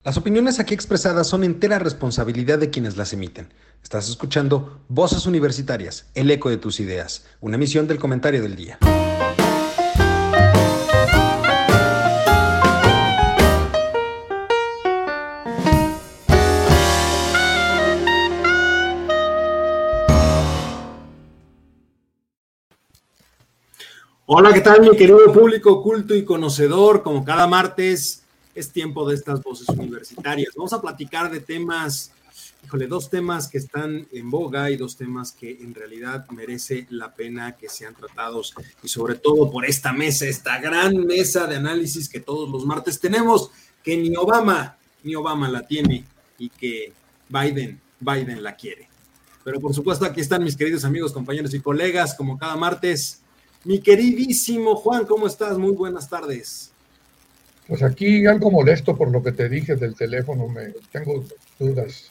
Las opiniones aquí expresadas son entera responsabilidad de quienes las emiten. Estás escuchando Voces Universitarias, el eco de tus ideas, una emisión del comentario del día. Hola, ¿qué tal, mi querido público culto y conocedor? Como cada martes, es tiempo de estas voces universitarias. Vamos a platicar de temas, dos temas que están en boga y dos temas que en realidad merece la pena que sean tratados, y sobre todo por esta mesa, esta gran mesa de análisis que todos los martes tenemos, que ni Obama la tiene y que Biden la quiere. Pero por supuesto, aquí están mis queridos amigos, compañeros y colegas, como cada martes. Mi queridísimo Juan, ¿cómo estás? Muy buenas tardes. Pues aquí algo molesto por lo que te dije del teléfono, tengo dudas.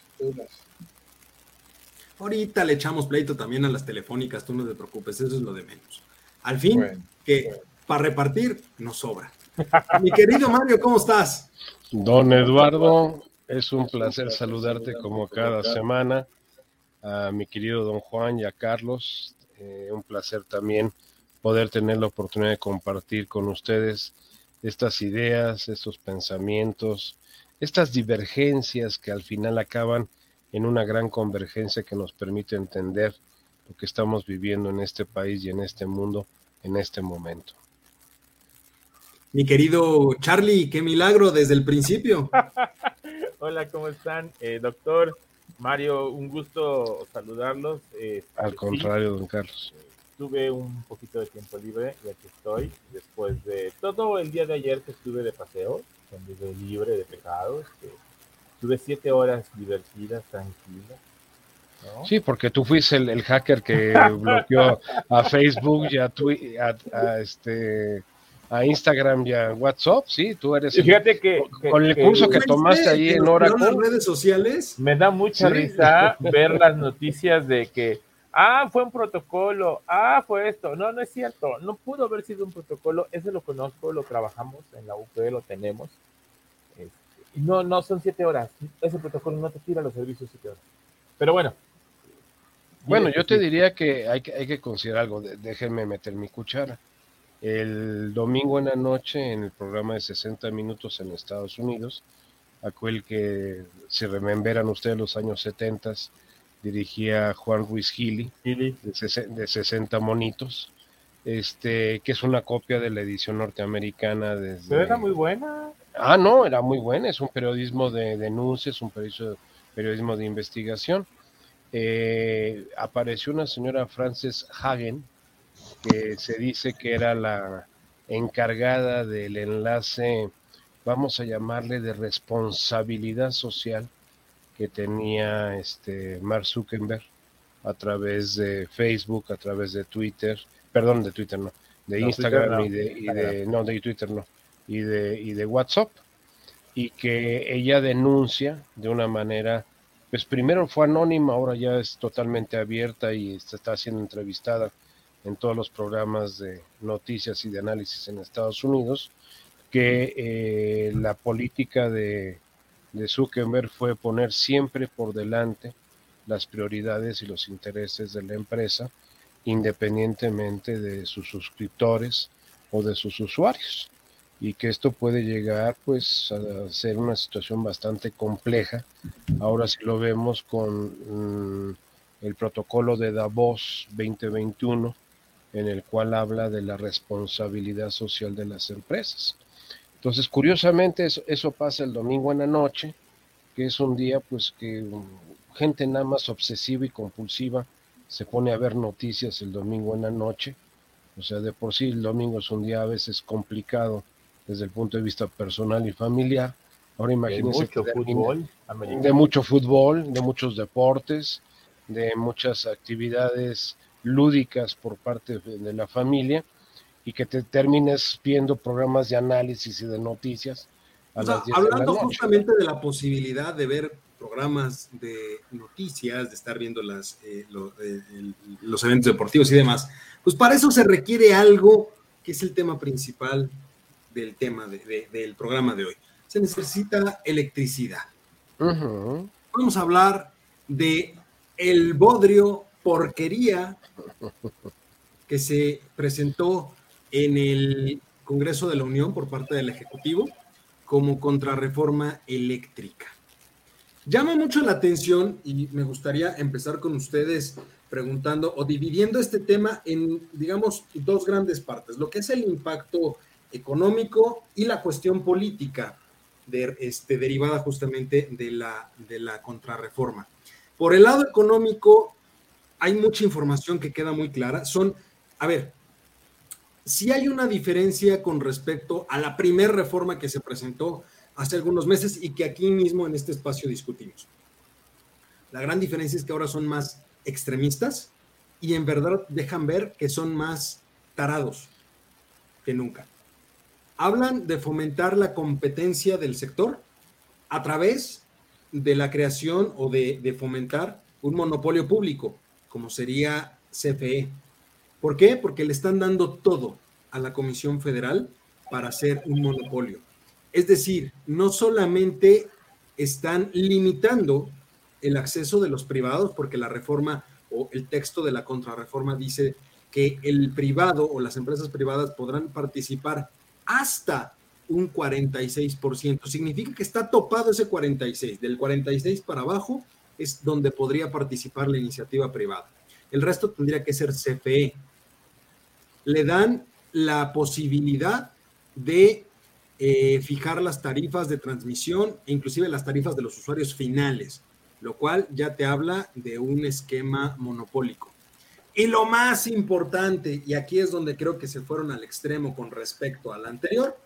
Ahorita le echamos pleito también a las telefónicas, tú no te preocupes, eso es lo de menos. Al fin, para repartir nos sobra. Mi querido Mario, ¿cómo estás? Don Eduardo, es un placer saludarte como cada semana. A mi querido don Juan y a Carlos, un placer también poder tener la oportunidad de compartir con ustedes estas ideas, estos pensamientos, estas divergencias que al final acaban en una gran convergencia que nos permite entender lo que estamos viviendo en este país y en este mundo en este momento. Mi querido Charlie, qué milagro desde el principio. Hola, ¿cómo están? Doctor Mario, un gusto saludarlos. Al contrario, don Carlos. Tuve un poquito de tiempo libre y aquí estoy, después de todo el día de ayer que estuve de paseo, anduve libre de pecados, tuve 7 horas divertidas, tranquilas, ¿no? Sí, porque tú fuiste el hacker que bloqueó a Facebook y a Instagram y a WhatsApp, sí, tú eres Fíjate con el curso que tomaste ahí en Oracle. En las redes sociales. Me da mucha risa ver las noticias de que fue un protocolo, fue esto. No es cierto, no pudo haber sido un protocolo, ese lo conozco, lo trabajamos en la UP, lo tenemos. Y no son 7 horas, ese protocolo no te tira los servicios 7 horas. Pero bueno. Bueno, yo te diría que hay que considerar algo, déjenme meter mi cuchara. El domingo en la noche, en el programa de 60 minutos en Estados Unidos, aquel que, si rememberan ustedes los años 70, dirigía Juan Ruiz Gili, de 60 monitos, que es una copia de la edición norteamericana. Pero era muy buena. No, era muy buena, es un periodismo de denuncias, un periodismo de investigación. Apareció una señora Frances Hagen, que se dice que era la encargada del enlace, vamos a llamarle de responsabilidad social, que tenía Mark Zuckerberg a través de Facebook, a través de Twitter, perdón, de Twitter no, de Instagram y de WhatsApp, y que ella denuncia de una manera, pues primero fue anónima, ahora ya es totalmente abierta y está siendo entrevistada en todos los programas de noticias y de análisis en Estados Unidos, que la política de Zuckerberg fue poner siempre por delante las prioridades y los intereses de la empresa, independientemente de sus suscriptores o de sus usuarios, y que esto puede llegar pues a ser una situación bastante compleja. Ahora sí lo vemos con el protocolo de Davos 2021, en el cual habla de la responsabilidad social de las empresas. Entonces, curiosamente, eso pasa el domingo en la noche, que es un día pues que gente nada más obsesiva y compulsiva se pone a ver noticias el domingo en la noche. O sea, de por sí el domingo es un día a veces complicado desde el punto de vista personal y familiar. Ahora imagínense de mucho fútbol, de muchos deportes, de muchas actividades lúdicas por parte de la familia, y que te termines viendo programas de análisis y de noticias a las 10 hablando de la noche. Justamente de la posibilidad de ver programas de noticias, de estar viendo los eventos deportivos y demás, pues para eso se requiere algo que es el tema principal del programa de hoy. se necesita electricidad. Ujú. Vamos a hablar de el bodrio porquería que se presentó en el Congreso de la Unión por parte del Ejecutivo como contrarreforma eléctrica. Llama mucho la atención y me gustaría empezar con ustedes preguntando o dividiendo este tema en, digamos, dos grandes partes, lo que es el impacto económico y la cuestión política derivada justamente de la contrarreforma. Por el lado económico, hay mucha información que queda muy clara. A ver, sí hay una diferencia con respecto a la primera reforma que se presentó hace algunos meses y que aquí mismo en este espacio discutimos. La gran diferencia es que ahora son más extremistas y en verdad dejan ver que son más tarados que nunca. Hablan de fomentar la competencia del sector a través de la creación o de fomentar un monopolio público, como sería CFE. ¿Por qué? Porque le están dando todo a la Comisión Federal para hacer un monopolio. Es decir, no solamente están limitando el acceso de los privados, porque la reforma o el texto de la contrarreforma dice que el privado o las empresas privadas podrán participar hasta un 46%. Significa que está topado ese 46%. Del 46% para abajo es donde podría participar la iniciativa privada. El resto tendría que ser CFE. Le dan la posibilidad de fijar las tarifas de transmisión e inclusive las tarifas de los usuarios finales, lo cual ya te habla de un esquema monopólico. Y lo más importante, y aquí es donde creo que se fueron al extremo con respecto al anterior,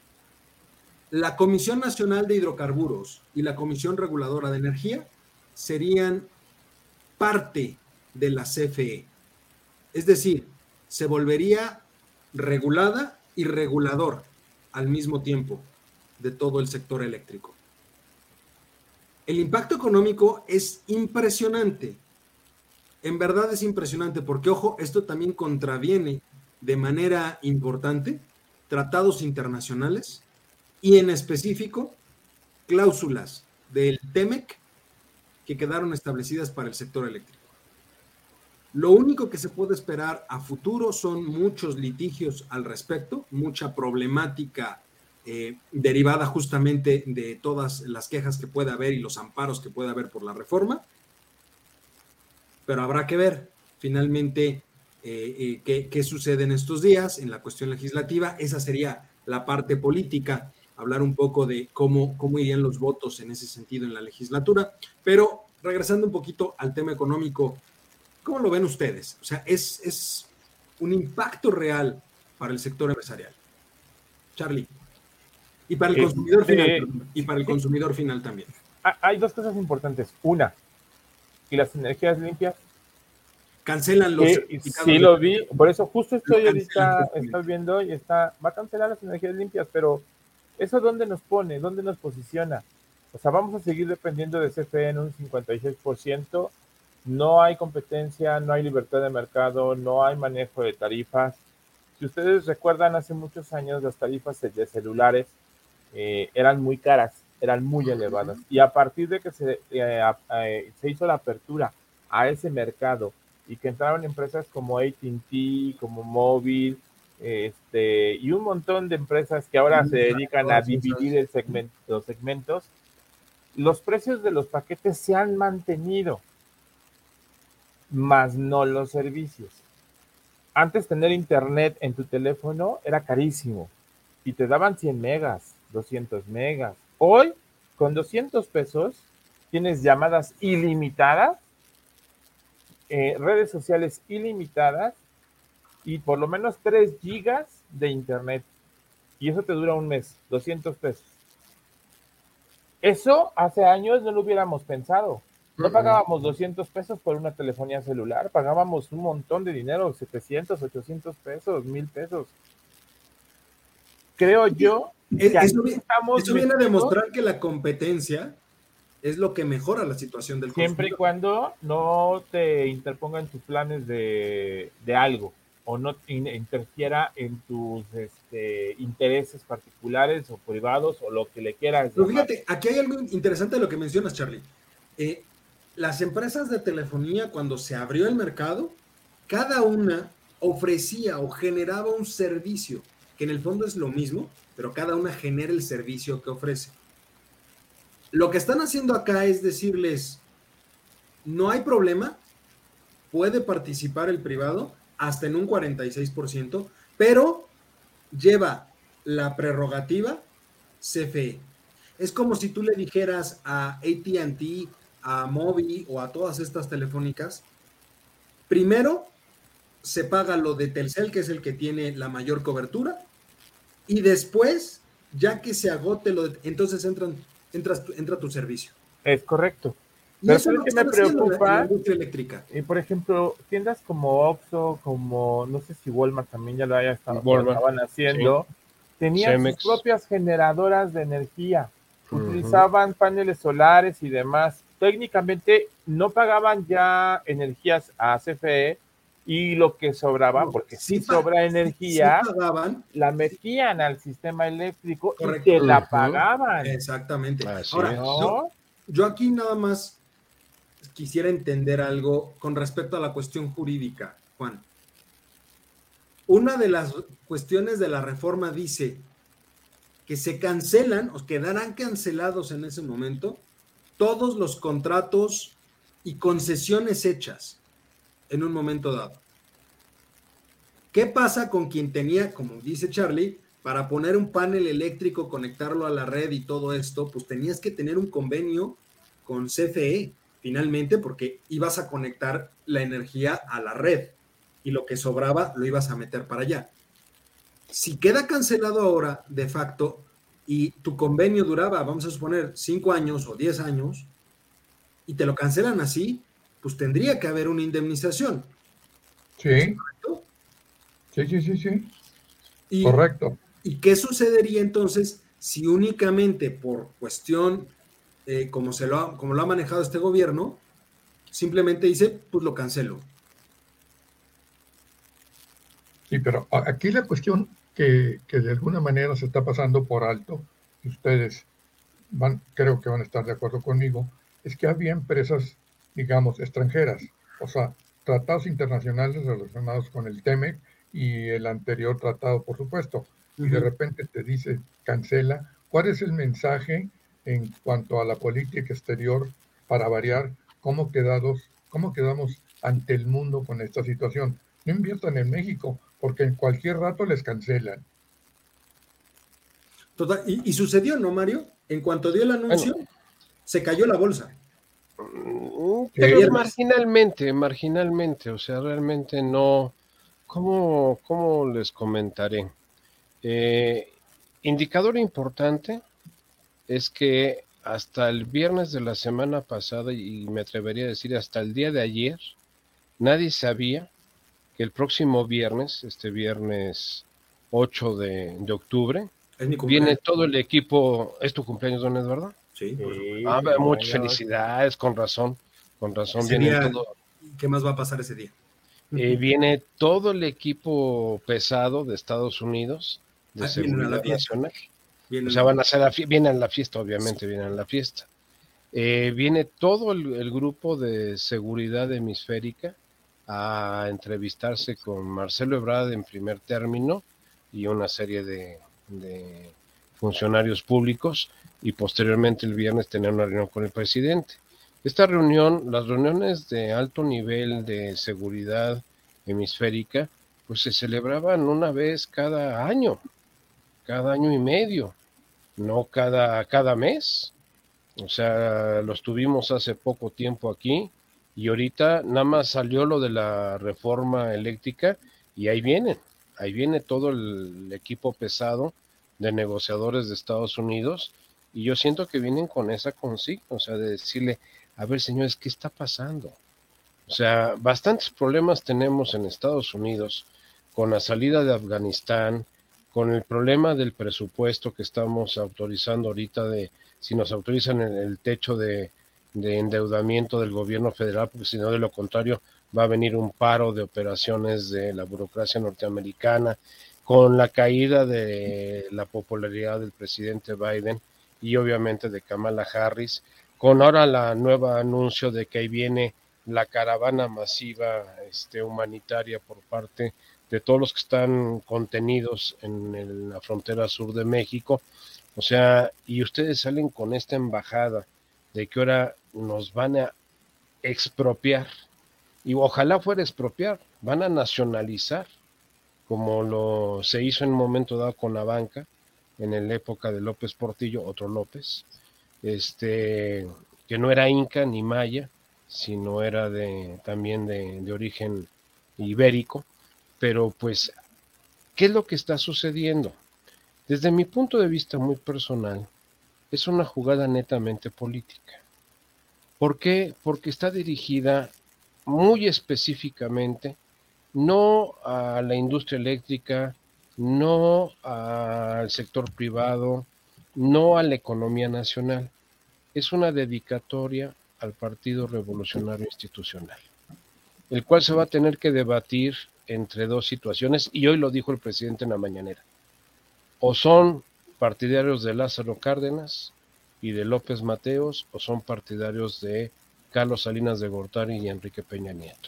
la Comisión Nacional de Hidrocarburos y la Comisión Reguladora de Energía serían parte de la CFE. Es decir, se volvería regulada y regulador al mismo tiempo de todo el sector eléctrico. El impacto económico es impresionante. En verdad es impresionante porque, ojo, esto también contraviene de manera importante tratados internacionales y en específico cláusulas del TEMEC que quedaron establecidas para el sector eléctrico. Lo único que se puede esperar a futuro son muchos litigios al respecto, mucha problemática derivada justamente de todas las quejas que puede haber y los amparos que puede haber por la reforma, pero habrá que ver finalmente qué sucede en estos días en la cuestión legislativa. Esa sería la parte política, hablar un poco de cómo irían los votos en ese sentido en la legislatura, pero regresando un poquito al tema económico, ¿cómo lo ven ustedes? O sea, es un impacto real para el sector empresarial. Charlie. Y para el consumidor final. Y para el consumidor final también. Hay dos cosas importantes. Una, y las energías limpias. Cancelan los certificados. Sí, lo vi. Por eso justo estoy ahorita, estoy viendo y va a cancelar las energías limpias, pero ¿eso dónde nos pone? ¿Dónde nos posiciona? O sea, vamos a seguir dependiendo de CFE en un 56%. No hay competencia, no hay libertad de mercado, no hay manejo de tarifas. Si ustedes recuerdan, hace muchos años las tarifas de celulares eran muy caras, eran muy elevadas. Y a partir de que se hizo la apertura a ese mercado y que entraron empresas como AT&T, como Móvil, y un montón de empresas que ahora se dedican a dividir los segmentos, los precios de los paquetes se han mantenido, más no los servicios. Antes tener internet en tu teléfono era carísimo y te daban 100 megas, 200 megas. Hoy, con 200 pesos, tienes llamadas ilimitadas, redes sociales ilimitadas y por lo menos 3 gigas de internet. Y eso te dura un mes, 200 pesos. Eso hace años no lo hubiéramos pensado. No pagábamos 200 pesos por una telefonía celular, pagábamos un montón de dinero, 700, 800 pesos, 1000 pesos. Creo yo que eso viene a demostrar que la competencia es lo que mejora la situación del consumidor. Siempre y cuando no te interpongan tus planes de algo. o no interfiera en tus intereses particulares o privados o lo que le quieras Pero llamar. fíjate, aquí hay algo interesante de lo que mencionas, Charlie. Las empresas de telefonía, cuando se abrió el mercado, cada una ofrecía o generaba un servicio, que en el fondo es lo mismo, pero cada una genera el servicio que ofrece. Lo que están haciendo acá es decirles, no hay problema, puede participar el privado hasta en un 46%, pero lleva la prerrogativa CFE. Es como si tú le dijeras a AT&T, a Mobi o a todas estas telefónicas, primero se paga lo de Telcel, que es el que tiene la mayor cobertura, y después, ya que se agote entonces entra tu servicio. Es correcto. Y pero eso es lo que me preocupa en la industria eléctrica. Por ejemplo, tiendas como Oxxo, como no sé si Walmart también ya lo estaban haciendo, sí. Tenían Cemex. Sus propias generadoras de energía, utilizaban paneles solares y demás. Técnicamente no pagaban ya energías a CFE y lo que sobraba, porque sí sobra energía, sí pagaban, la metían al sistema eléctrico. Correcto. Y te la pagaban. Exactamente. Así ahora, ¿no? yo aquí nada más quisiera entender algo con respecto a la cuestión jurídica, Juan. Una de las cuestiones de la reforma dice que se cancelan o quedarán cancelados en ese momento todos los contratos y concesiones hechas en un momento dado. ¿Qué pasa con quien tenía, como dice Charlie, para poner un panel eléctrico, conectarlo a la red y todo esto? Pues tenías que tener un convenio con CFE, finalmente, porque ibas a conectar la energía a la red y lo que sobraba lo ibas a meter para allá. Si queda cancelado ahora, de facto, y tu convenio duraba, vamos a suponer, 5 años o 10 años, y te lo cancelan así, pues tendría que haber una indemnización. Sí. ¿Correcto? Sí. Correcto. ¿Y qué sucedería entonces si únicamente por cuestión, como lo ha manejado este gobierno, simplemente dice, pues lo cancelo? Sí, pero aquí la cuestión que de alguna manera se está pasando por alto, y ustedes creo que van a estar de acuerdo conmigo, es que había empresas, digamos, extranjeras, o sea, tratados internacionales relacionados con el TEMEC y el anterior tratado, por supuesto, y de repente te dice, cancela. ¿Cuál es el mensaje en cuanto a la política exterior para variar? ¿Cómo quedamos ante el mundo con esta situación? No inviertan en México, porque en cualquier rato les cancelan. Total, y sucedió, ¿no, Mario? En cuanto dio el anuncio, se cayó la bolsa. Pero marginalmente, o sea, realmente no. ¿Cómo les comentaré? Indicador importante es que hasta el viernes de la semana pasada, y me atrevería a decir hasta el día de ayer, nadie sabía que el próximo viernes, este viernes 8 de octubre, viene todo el equipo. ¿Es tu cumpleaños, don Eduardo? Sí. Muchas felicidades, con razón viene todo. ¿Qué más va a pasar ese día? Viene todo el equipo pesado de Estados Unidos de seguridad nacional. O sea, van a hacer vienen a la fiesta, obviamente, vienen a la fiesta. Viene todo el grupo de seguridad hemisférica a entrevistarse con Marcelo Ebrard en primer término y una serie de funcionarios públicos, y posteriormente el viernes tener una reunión con el presidente. Esta reunión, las reuniones de alto nivel de seguridad hemisférica, pues se celebraban una vez cada año y medio, no cada mes. O sea, los tuvimos hace poco tiempo aquí, y ahorita nada más salió lo de la reforma eléctrica, y ahí viene todo el equipo pesado de negociadores de Estados Unidos, y yo siento que vienen con esa consigna, o sea, de decirle, a ver, señores, ¿qué está pasando? O sea, bastantes problemas tenemos en Estados Unidos con la salida de Afganistán, con el problema del presupuesto que estamos autorizando ahorita, de si nos autorizan el techo de endeudamiento del gobierno federal, porque si no, de lo contrario, va a venir un paro de operaciones de la burocracia norteamericana, con la caída de la popularidad del presidente Biden y obviamente de Kamala Harris, con ahora la nueva anuncio de que ahí viene la caravana masiva humanitaria por parte de todos los que están contenidos en la frontera sur de México. O sea, y ustedes salen con esta embajada de que ahora nos van a expropiar, y ojalá fuera expropiar, van a nacionalizar, como se hizo en un momento dado con la banca, en la época de López Portillo, otro López, que no era inca ni maya, sino era también de origen ibérico. Pero pues, ¿qué es lo que está sucediendo? Desde mi punto de vista muy personal, es una jugada netamente política. ¿Por qué? Porque está dirigida muy específicamente no a la industria eléctrica, no al sector privado, no a la economía nacional. Es una dedicatoria al Partido Revolucionario Institucional, el cual se va a tener que debatir entre dos situaciones, y hoy lo dijo el presidente en la mañanera. O son partidarios de Lázaro Cárdenas y de López Mateos, o son partidarios de Carlos Salinas de Gortari y Enrique Peña Nieto.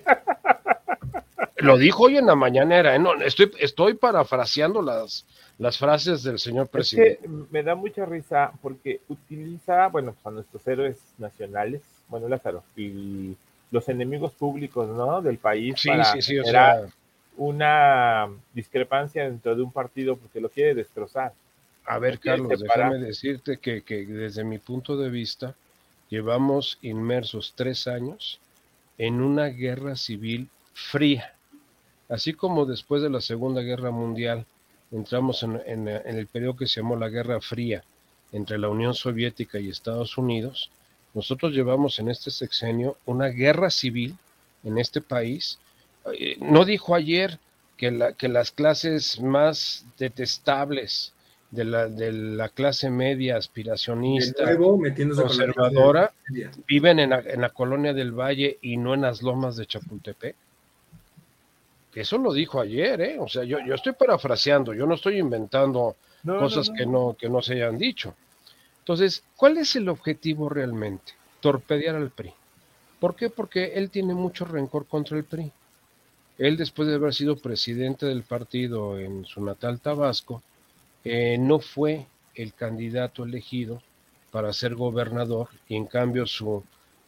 Lo dijo hoy en la mañanera, no, estoy parafraseando las frases del señor presidente. Es que me da mucha risa porque utiliza, bueno, pues a nuestros héroes nacionales, bueno, Lázaro, y los enemigos públicos, ¿no?, del país, sí, para sí, generar una discrepancia dentro de un partido porque lo quiere destrozar. A ver, Carlos, déjame decirte que desde mi punto de vista llevamos inmersos 3 años en una guerra civil fría. Así como después de la Segunda Guerra Mundial entramos en el periodo que se llamó la Guerra Fría entre la Unión Soviética y Estados Unidos, nosotros llevamos en este sexenio una guerra civil en este país. ¿No dijo ayer que las clases más detestables de la clase media aspiracionista, nuevo, conservadora, viven en la colonia del Valle y no en las lomas de Chapultepec? Eso lo dijo ayer, O sea, yo estoy parafraseando, yo no estoy inventando cosas que no se hayan dicho. Entonces, ¿cuál es el objetivo realmente? Torpedear al PRI. ¿Por qué? Porque él tiene mucho rencor contra el PRI. Él, después de haber sido presidente del partido en su natal Tabasco, no fue el candidato elegido para ser gobernador, y en cambio su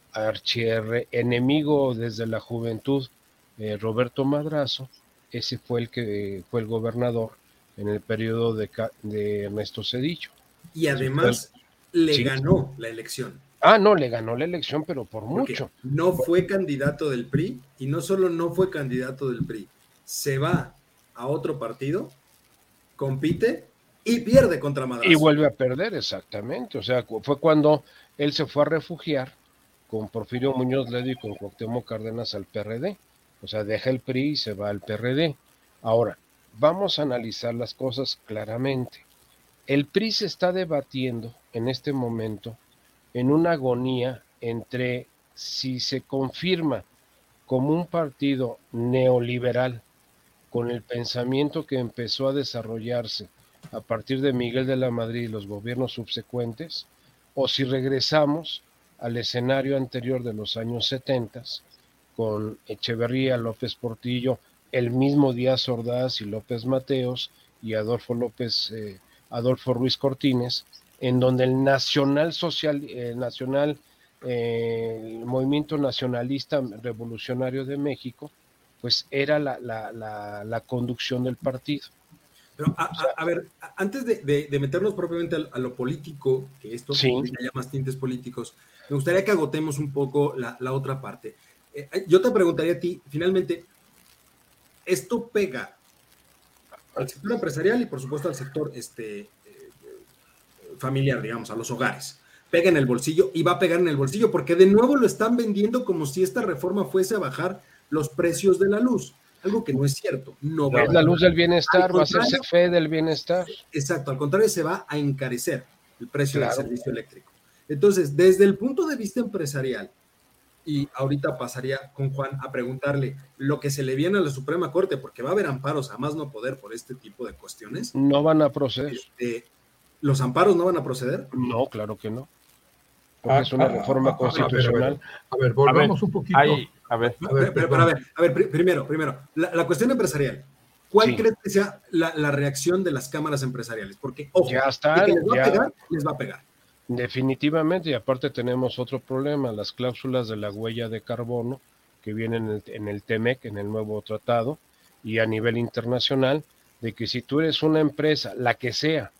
archienemigo desde la juventud, Roberto Madrazo, ese fue el que fue el gobernador en el periodo de Ernesto Zedillo. Y además le ganó la elección. No, le ganó la elección, pero por mucho. No fue candidato del PRI, y no solo no fue candidato del PRI, se va a otro partido, compite y pierde contra Madrazo. Y vuelve a perder, exactamente. O sea, fue cuando él se fue a refugiar con Porfirio Muñoz Ledo y con Cuauhtémoc Cárdenas al PRD. O sea, deja el PRI y se va al PRD. Ahora, vamos a analizar las cosas claramente. El PRI se está debatiendo en este momento en una agonía entre si se confirma como un partido neoliberal con el pensamiento que empezó a desarrollarse a partir de Miguel de la Madrid y los gobiernos subsecuentes, o si regresamos al escenario anterior de los años 70, con Echeverría, López Portillo, el mismo Díaz Ordaz y López Mateos y Adolfo Ruiz Cortines, en donde el el movimiento nacionalista revolucionario de México, pues era la conducción del partido. Pero a ver, antes de meternos propiamente a lo político, que esto ya más tintes políticos, me gustaría que agotemos un poco la otra parte. Yo te preguntaría a ti, finalmente, ¿esto pega al sector empresarial y por supuesto al sector familiar, digamos, a los hogares? Pega en el bolsillo, y va a pegar en el bolsillo, porque de nuevo lo están vendiendo como si esta reforma fuese a bajar los precios de la luz, algo que no es cierto. No va es la luz del bienestar, va a ser CFE del bienestar. Exacto, al contrario, se va a encarecer el precio del servicio eléctrico. Entonces, desde el punto de vista empresarial, y ahorita pasaría con Juan a preguntarle lo que se le viene a la Suprema Corte, porque va a haber amparos a más no poder por este tipo de cuestiones. No van a proceder. ¿Los amparos no van a proceder? No, claro que no. Porque es una reforma constitucional. A ver, volvamos un poquito. Primero, la cuestión empresarial. ¿Cuál crees que sea la reacción de las cámaras empresariales? Porque, ojo, ya está, de que les va a pegar. Definitivamente, y aparte tenemos otro problema, las cláusulas de la huella de carbono que vienen en el TEMEC, en el nuevo tratado, y a nivel internacional, de que si tú eres una empresa, la que sea,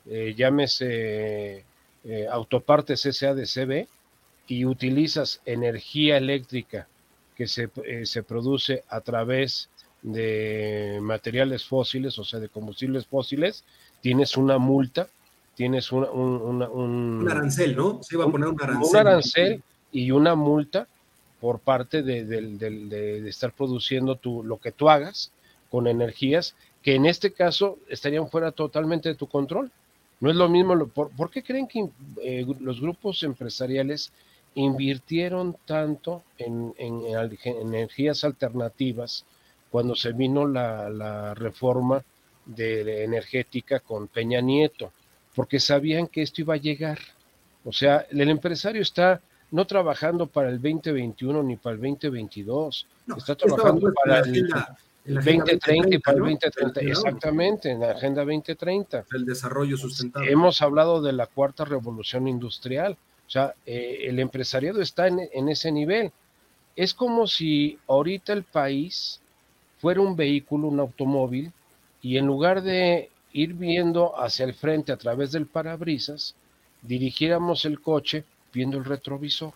llámese Autopartes SADCB, y utilizas energía eléctrica que se produce a través de materiales fósiles, o sea, de combustibles fósiles, tienes una multa, tienes un arancel, ¿no? Se iba a poner un arancel. Un arancel y una multa por parte de estar produciendo lo que tú hagas con energías que en este caso estarían fuera totalmente de tu control. No es lo mismo. ¿Por qué creen que los grupos empresariales invirtieron tanto en energías alternativas cuando se vino la reforma energética con Peña Nieto? Porque sabían que esto iba a llegar. O sea, el empresario está no trabajando para el 2021 ni para el 2022, está trabajando para el 2030 y para el 2030, exactamente, en la Agenda 2030. El desarrollo sustentable. Hemos hablado de la cuarta revolución industrial, o sea, el empresariado está en ese nivel. Es como si ahorita el país fuera un vehículo, un automóvil, y en lugar de ir viendo hacia el frente a través del parabrisas, dirigiéramos el coche viendo el retrovisor.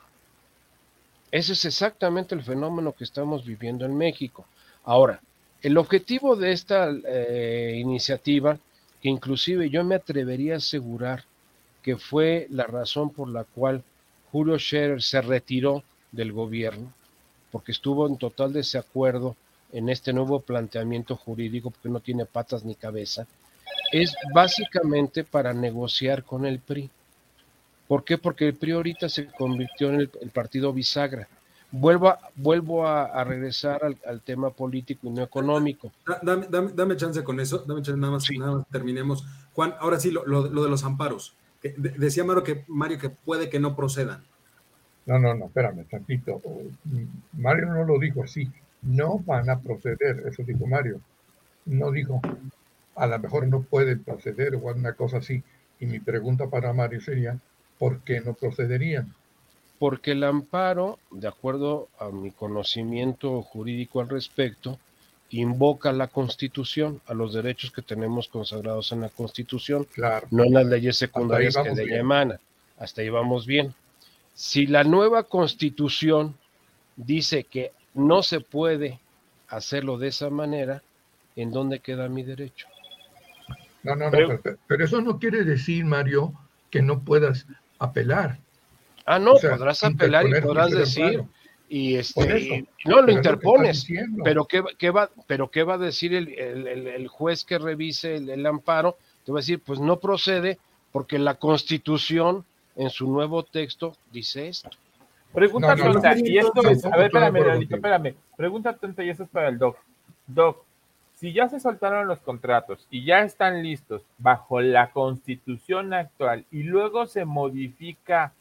Ese es exactamente el fenómeno que estamos viviendo en México. Ahora, el objetivo de esta iniciativa, que inclusive yo me atrevería a asegurar que fue la razón por la cual Julio Scherer se retiró del gobierno, porque estuvo en total desacuerdo en este nuevo planteamiento jurídico, porque no tiene patas ni cabeza, es básicamente para negociar con el PRI. ¿Por qué? Porque el PRI ahorita se convirtió en el partido bisagra. Vuelvo a regresar al tema político y no económico. Dame chance con eso, nada más terminemos. Juan, ahora sí, lo de los amparos. Decía Mario que puede que no procedan. No, espérame, tantito. Mario no lo dijo así. No van a proceder, eso dijo Mario. No dijo, a lo mejor no pueden proceder o alguna cosa así. Y mi pregunta para Mario sería, ¿por qué no procederían? Porque el amparo, de acuerdo a mi conocimiento jurídico al respecto, invoca la Constitución, a los derechos que tenemos consagrados en la Constitución, claro, no en las leyes secundarias que de ella emana. Hasta ahí vamos bien. Si la nueva Constitución dice que no se puede hacerlo de esa manera, ¿en dónde queda mi derecho? No, pero eso no quiere decir, Mario, que no puedas apelar. No, o sea, podrás apelar y podrás decir, y no lo interpones, pero ¿qué va a decir el juez que revise el amparo? Te va a decir, pues no procede porque la Constitución en su nuevo texto dice esto. Pregunta tonta, y esto es, a ver, espérame, pregunta tonta y esto es para el Doc. Doc, si ya se soltaron los contratos y ya están listos bajo la Constitución actual y luego se modifica,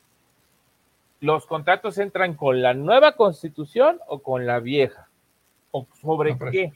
¿los contratos entran con la nueva Constitución o con la vieja? ¿O sobre qué?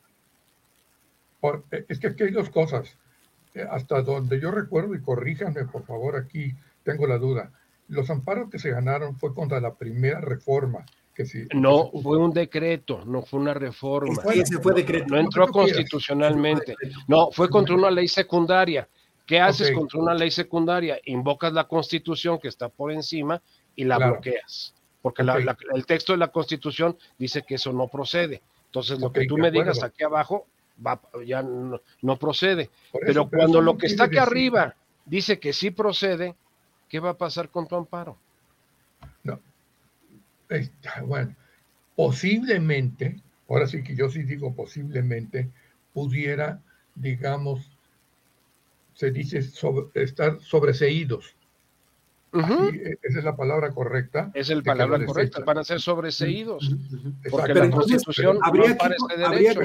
Es que aquí hay dos cosas. Hasta donde yo recuerdo, y corríjanme por favor, aquí tengo la duda. Los amparos que se ganaron fue contra la primera reforma. Fue un decreto, no fue una reforma. Ese fue decreto. No entró constitucionalmente. No, fue contra una ley secundaria. ¿Qué haces contra una ley secundaria? Invocas la Constitución que está por encima y la bloqueas. Porque el texto de la Constitución dice que eso no procede. Entonces, lo que tú me digas aquí abajo ya no procede. Pero cuando lo que está aquí arriba dice que sí procede, ¿qué va a pasar con tu amparo? No. Bueno, posiblemente, ahora sí que yo sí digo posiblemente, pudiera, digamos, se dice estar sobreseídos. Esa es la palabra correcta. Es la palabra correcta, van a ser sobreseídos. Porque Pero la Constitución no ampara este derecho.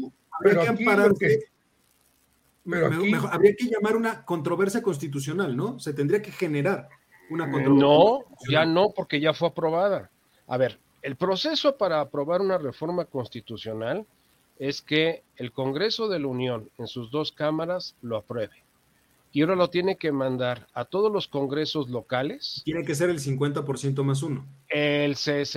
Habría que llamar una controversia constitucional, ¿no? Se tendría que generar una controversia. No, ya no, porque ya fue aprobada. A ver, el proceso para aprobar una reforma constitucional es que el Congreso de la Unión en sus 2 cámaras lo apruebe. Y ahora lo tiene que mandar a todos los congresos locales. Tiene que ser el 50% más 1. El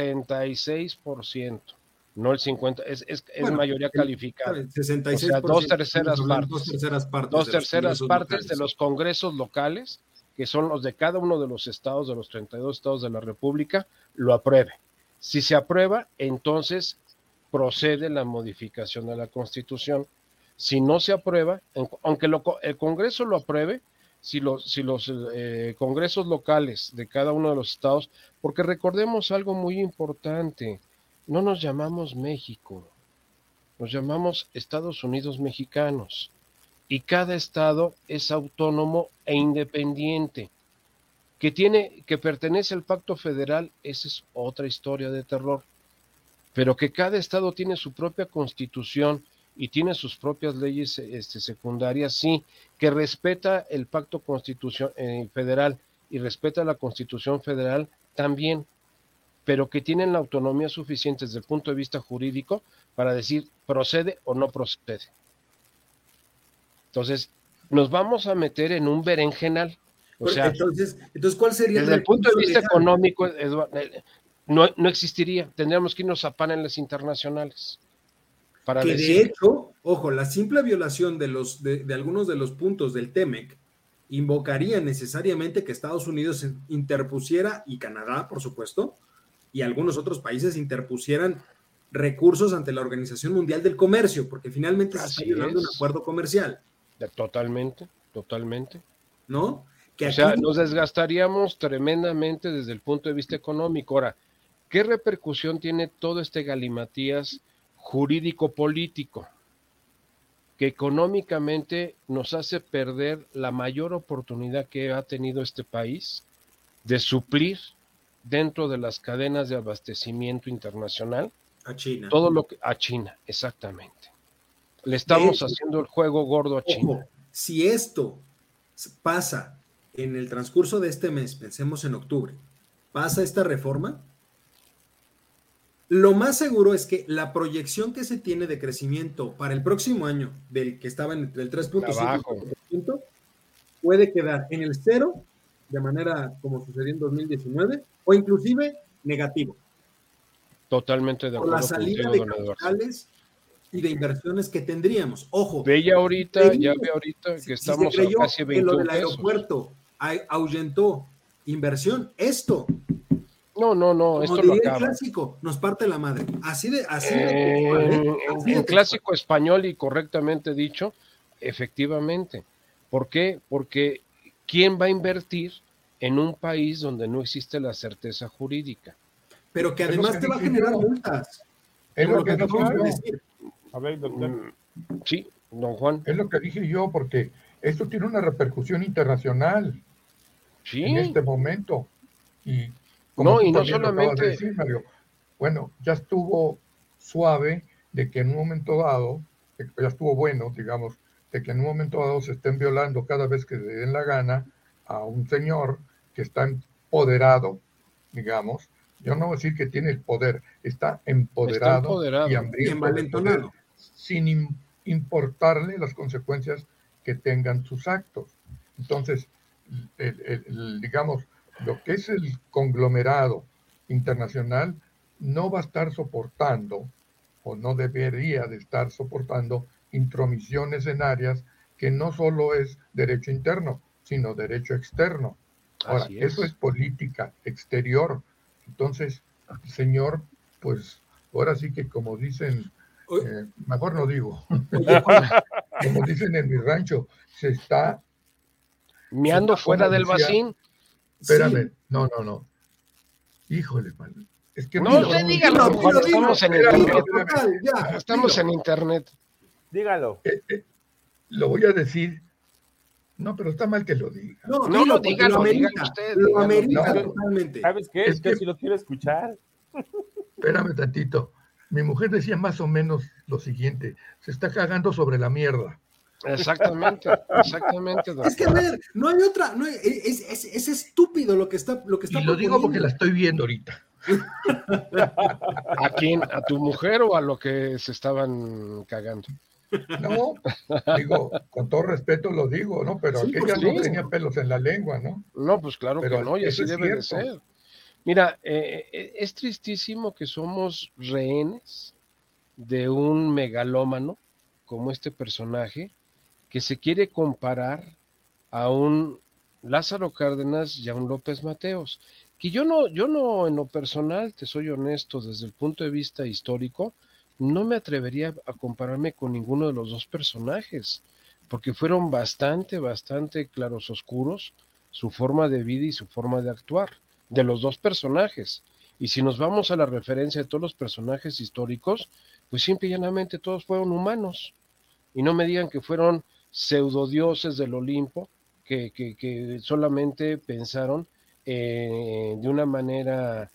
66%, no el 50%, es mayoría calificada. El 66%. O sea, 2/3 partes. 2/3 partes de los congresos locales, que son los de cada uno de los estados, de los 32 estados de la República, lo apruebe. Si se aprueba, entonces procede la modificación de la Constitución. Si no se aprueba, aunque el Congreso lo apruebe, si los congresos locales de cada uno de los estados, porque recordemos algo muy importante, no nos llamamos México, nos llamamos Estados Unidos Mexicanos, y cada estado es autónomo e independiente. Que pertenece al Pacto Federal, esa es otra historia de terror, pero que cada estado tiene su propia constitución y tiene sus propias leyes secundarias, sí, que respeta el pacto federal y respeta la Constitución Federal también, pero que tienen la autonomía suficiente desde el punto de vista jurídico para decir procede o no procede. Entonces, nos vamos a meter en un berenjenal. O sea, entonces, ¿cuál sería desde el punto de vista económico, no existiría, tendríamos que irnos a paneles internacionales. Para que decir... de hecho, ojo, la simple violación de algunos de los puntos del TEMEC invocaría necesariamente que Estados Unidos interpusiera, y Canadá, por supuesto, y algunos otros países interpusieran recursos ante la Organización Mundial del Comercio, porque finalmente se está violando un acuerdo comercial. Totalmente. ¿No? O sea, nos desgastaríamos tremendamente desde el punto de vista económico. Ahora, ¿qué repercusión tiene todo este galimatías jurídico-político? Que económicamente nos hace perder la mayor oportunidad que ha tenido este país de suplir dentro de las cadenas de abastecimiento internacional a China. Todo lo que a China, exactamente. Le estamos haciendo el juego gordo a China. Ojo, si esto pasa en el transcurso de este mes, pensemos en octubre, pasa esta reforma, lo más seguro es que la proyección que se tiene de crecimiento para el próximo año, del que estaba entre el 3.5%, puede quedar en el 0, de manera como sucedió en 2019, o inclusive negativo. Totalmente de acuerdo. Por la salida de capitales y de inversiones que tendríamos. Ojo. Ya ve ahorita que estamos a casi 21 que lo del pesos. aeropuerto ahuyentó inversión, esto. No, esto lo acaba. El clásico, nos parte la madre. Así de en clásico español y correctamente dicho, efectivamente. ¿Por qué? Porque ¿quién va a invertir en un país donde no existe la certeza jurídica? Pero que además te va a generar multas. Es lo que acabamos de decir. A ver, doctor. Sí, don Juan. Es lo que dije yo, porque esto tiene una repercusión internacional en este momento. Y como y no solamente decir, Mario, bueno, ya estuvo suave de que en un momento dado, ya estuvo bueno, digamos, de que en un momento dado se estén violando cada vez que se den la gana a un señor que está empoderado, digamos. Yo no voy a decir que tiene el poder, está empoderado y hambriento de poder, sin importarle las consecuencias que tengan sus actos. Entonces, digamos, lo que es el conglomerado internacional no va a estar soportando, o no debería de estar soportando, intromisiones en áreas que no solo es derecho interno, sino derecho externo. Ahora, eso es política exterior. Entonces, señor, pues ahora sí que como dicen, mejor no digo, como dicen en mi rancho, se está meando fuera del vacín. Espérame, no. Híjole, man. Es que no se diga, estamos en internet. Estamos en internet. Dígalo. Lo voy a decir No, pero está mal que lo diga. No, No, dilo, dígalo, porque dígalo usted. lo Dígalo, amerita dígalo. totalmente. ¿Sabes qué? Es Yo que- sí lo quiero escuchar. Espérame tantito. Mi mujer decía más o menos lo siguiente: se está cagando sobre la mierda. Exactamente, don Es que, a Juan. ver, no hay otra, no hay- es estúpido lo que está Y lo digo porque proponiendo. la estoy viendo ahorita. ¿A quién? ¿A tu mujer o a lo que se estaban cagando? No, digo, con todo respeto lo digo, ¿no? Pero Sí, por aquella no supuesto. tenía pelos en la lengua, ¿no? No, pues claro que Pero no, y eso así es debe de cierto. ser. Mira, es tristísimo que somos rehenes de un megalómano como este personaje que se quiere comparar a un Lázaro Cárdenas y a un López Mateos. Que yo no, en lo personal, te soy honesto, desde el punto de vista histórico, no me atrevería a compararme con ninguno de los dos personajes, porque fueron bastante claros oscuros su forma de vida y su forma de actuar, de los dos personajes. Y si nos vamos a la referencia de todos los personajes históricos, pues simple y llanamente todos fueron humanos. Y no me digan que fueron pseudodioses del Olimpo, que solamente pensaron de una manera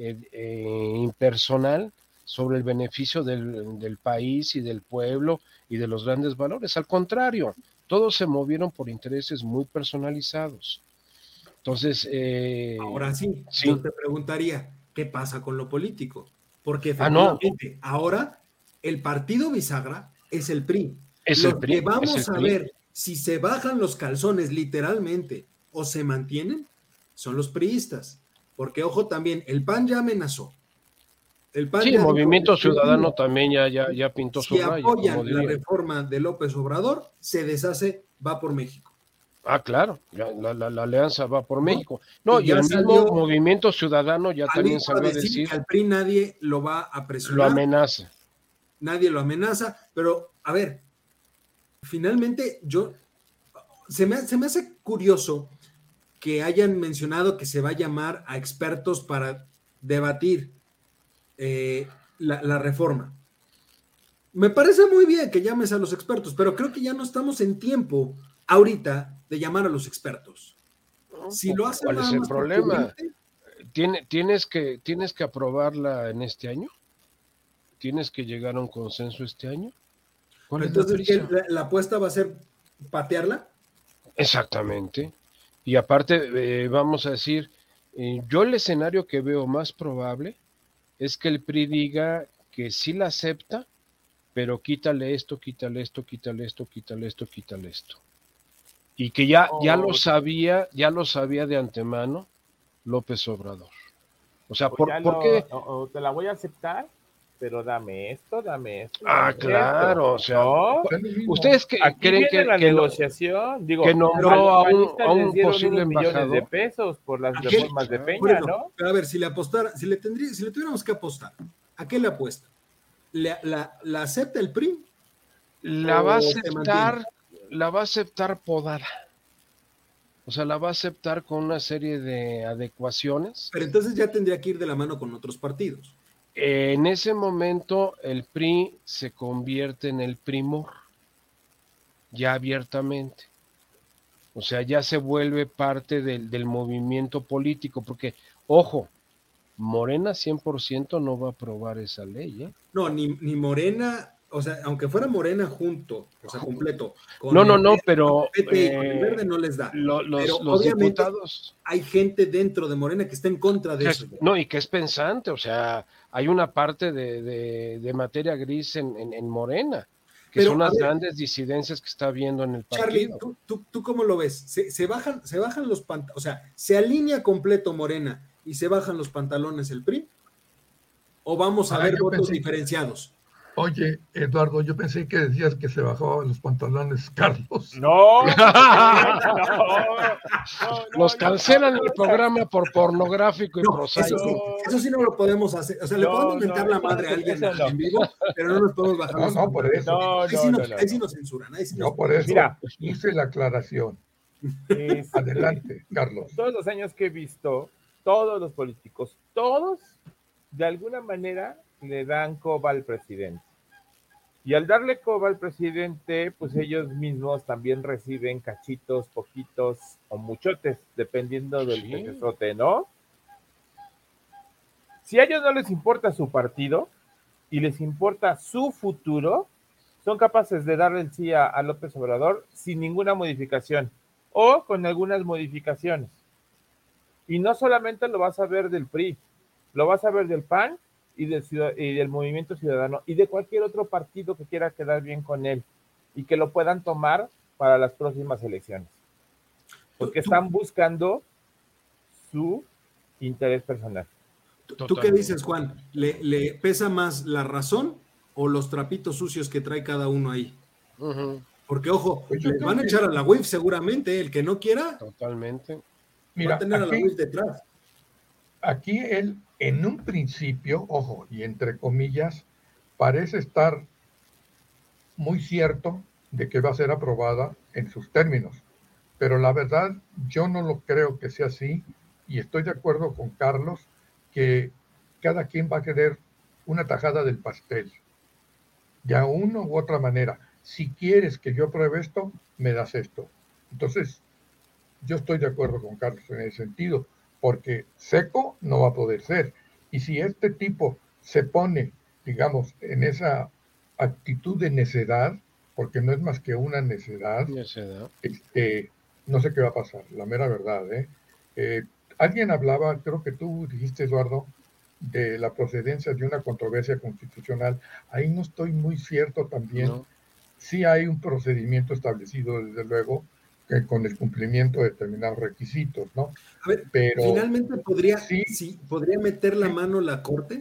impersonal sobre el beneficio del país y del pueblo y de los grandes valores. Al contrario, todos se movieron por intereses muy personalizados. Entonces, Ahora sí, sí. yo te preguntaría, ¿qué pasa con lo político? Porque No, efectivamente, ahora el partido bisagra es el PRI. es Los el que PRI, vamos a ver si se bajan los calzones literalmente o se mantienen son los priistas. Porque, ojo, también, el PAN ya amenazó. El PAN Sí, ya dijo, Movimiento Ciudadano también ya pintó su si raya, como apoyan la diría. reforma de López Obrador, se deshace, va por México. Ah, claro, la alianza va por ¿No? México. No, Y y ya el mismo salió Movimiento Ciudadano ya también Alito a salió a decir decir, que al PRI nadie lo va a lo presionar, amenaza. nadie lo amenaza, pero a ver, finalmente se me hace curioso que hayan mencionado que se va a llamar a expertos para debatir la reforma. Me parece muy bien que llames a los expertos, pero creo que ya no estamos en tiempo ahorita de llamar a los expertos. Si lo hacen ¿Cuál nada es el más por problema? cubrirte, ¿Tienes que aprobarla en este año? ¿Tienes que llegar a un consenso este año? ¿Cuál es la entonces prisa? la apuesta va a ser patearla. Exactamente. Y aparte, vamos a decir, yo el escenario que veo más probable es que el PRI diga que sí la acepta, pero quítale esto, quítale esto, quítale esto, quítale esto, quítale esto. Y que ya lo sabía de antemano López Obrador. O sea, ¿por qué? O te la voy a aceptar, pero dame esto, Ah, dame claro, esto. o sea, ¿No? Es lo mismo. ¿ustedes Aquí creen viene la que negociación. Digo, que nombró a a los panistas un les dieron posible unos millones de embajador? pesos por las Aquel- reformas de claro. Por Peña, eso, ¿no? pero a ver, si le tuviéramos que apostar, ¿a qué le apuesta? ¿La acepta el PRI? La va a ¿O se mantiene? aceptar podada. O sea, la va a aceptar con una serie de adecuaciones. Pero entonces ya tendría que ir de la mano con otros partidos. En ese momento el PRI se convierte en el primor, ya abiertamente. O sea, ya se vuelve parte del movimiento político, porque, ojo, Morena 100% no va a aprobar esa ley, ¿eh? No, ni Morena, o sea, aunque fuera Morena junto, o sea, completo, con No, el pero PT y con el verde no les da. Pero los obviamente diputados, hay gente dentro de Morena que está en contra de eso. no, y que es pensante, o sea, hay una parte de materia gris en Morena, que Pero, son a las ver, grandes disidencias que está habiendo en el Charlie, partido. ¿tú cómo lo ves? ¿Se bajan los pantalones? O sea, ¿se alinea completo Morena y se bajan los pantalones el PRI? ¿O vamos a ver yo votos pensé- diferenciados? Oye, Eduardo, yo pensé que decías que se bajaban los pantalones Carlos. No, Nos cancelan el programa por pornográfico y No, prosaico. eso sí no lo podemos hacer. O sea, le podemos mentar la madre a alguien en vivo, pero no nos podemos bajar los No, por eso. Ahí sí nos censuran. No, por eso. Mira, hice la aclaración. Este, Adelante, Carlos. todos los años que he visto, todos los políticos, todos, de alguna manera, le dan coba al presidente. Y al darle coba al presidente, pues ellos mismos también reciben cachitos, poquitos o muchotes, dependiendo del pesezote, ¿no? Si a ellos no les importa su partido y les importa su futuro, son capaces de darle el sí a López Obrador sin ninguna modificación o con algunas modificaciones. Y no solamente lo vas a ver del PRI, lo vas a ver del PAN y del Movimiento Ciudadano y de cualquier otro partido que quiera quedar bien con él y que lo puedan tomar para las próximas elecciones. Porque están buscando su interés personal. ¿Tú qué dices, Juan? ¿Le pesa más la razón o los trapitos sucios que trae cada uno ahí? Porque, ojo, pues les van a echar a la UIF seguramente, el que no quiera. Totalmente. Mira, va a tener aquí, a la UIF detrás. Aquí él, en un principio, ojo, y entre comillas, parece estar muy cierto de que va a ser aprobada en sus términos. Pero la verdad, yo no lo creo que sea así, y estoy de acuerdo con Carlos que cada quien va a querer una tajada del pastel. De una u otra manera, si quieres que yo apruebe esto, me das esto. Entonces, yo estoy de acuerdo con Carlos en ese sentido, porque seco no va a poder ser. Y si este tipo se pone, digamos, en esa actitud de necedad, porque no es más que una necedad, no sé qué va a pasar, la mera verdad. Alguien hablaba, creo que tú dijiste, Eduardo, de la procedencia de una controversia constitucional. Ahí no estoy muy cierto también. No. Sí hay un procedimiento establecido, desde luego, con el cumplimiento de determinados requisitos, ¿no? A ver, pero finalmente podría meter la mano la Corte.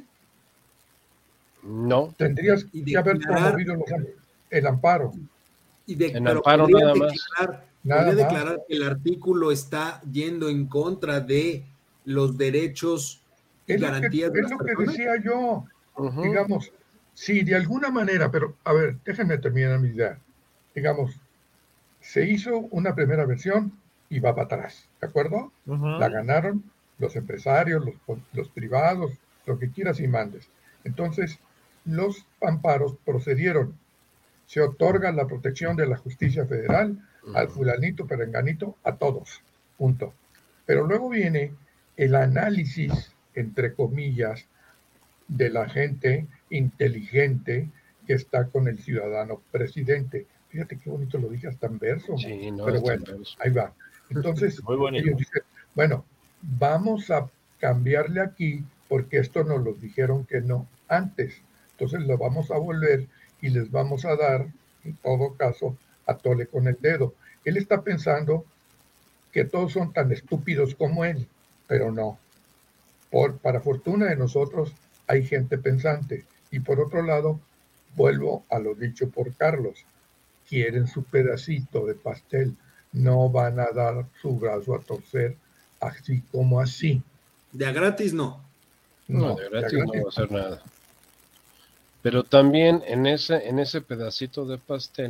No. Tendrías que haber promovido el amparo. En amparo nada más. Podría declarar que el artículo está yendo en contra de los derechos y garantías de las personas. Es lo que decía yo. Digamos, si de alguna manera, pero a ver, déjenme terminar mi idea. Digamos, se hizo una primera versión y va para atrás, ¿de acuerdo? La ganaron los empresarios, los privados, lo que quieras y mandes. Entonces, los amparos procedieron. Se otorga la protección de la justicia federal al fulanito, perenganito, a todos, punto. Pero luego viene el análisis, entre comillas, de la gente inteligente que está con el ciudadano presidente. Fíjate qué bonito lo dije hasta en verso. Sí, no, pero bueno, ahí va. Entonces, ellos dicen, bueno, vamos a cambiarle aquí porque esto nos lo dijeron que no antes. Entonces lo vamos a volver y les vamos a dar, en todo caso, a tole con el dedo. Él está pensando que todos son tan estúpidos como él, pero no. Para fortuna de nosotros, hay gente pensante. Y por otro lado, vuelvo a lo dicho por Carlos. Quieren su pedacito de pastel. No van a dar su brazo a torcer así como así. De a gratis no. No, de gratis no va a hacer nada. Pero también en ese pedacito de pastel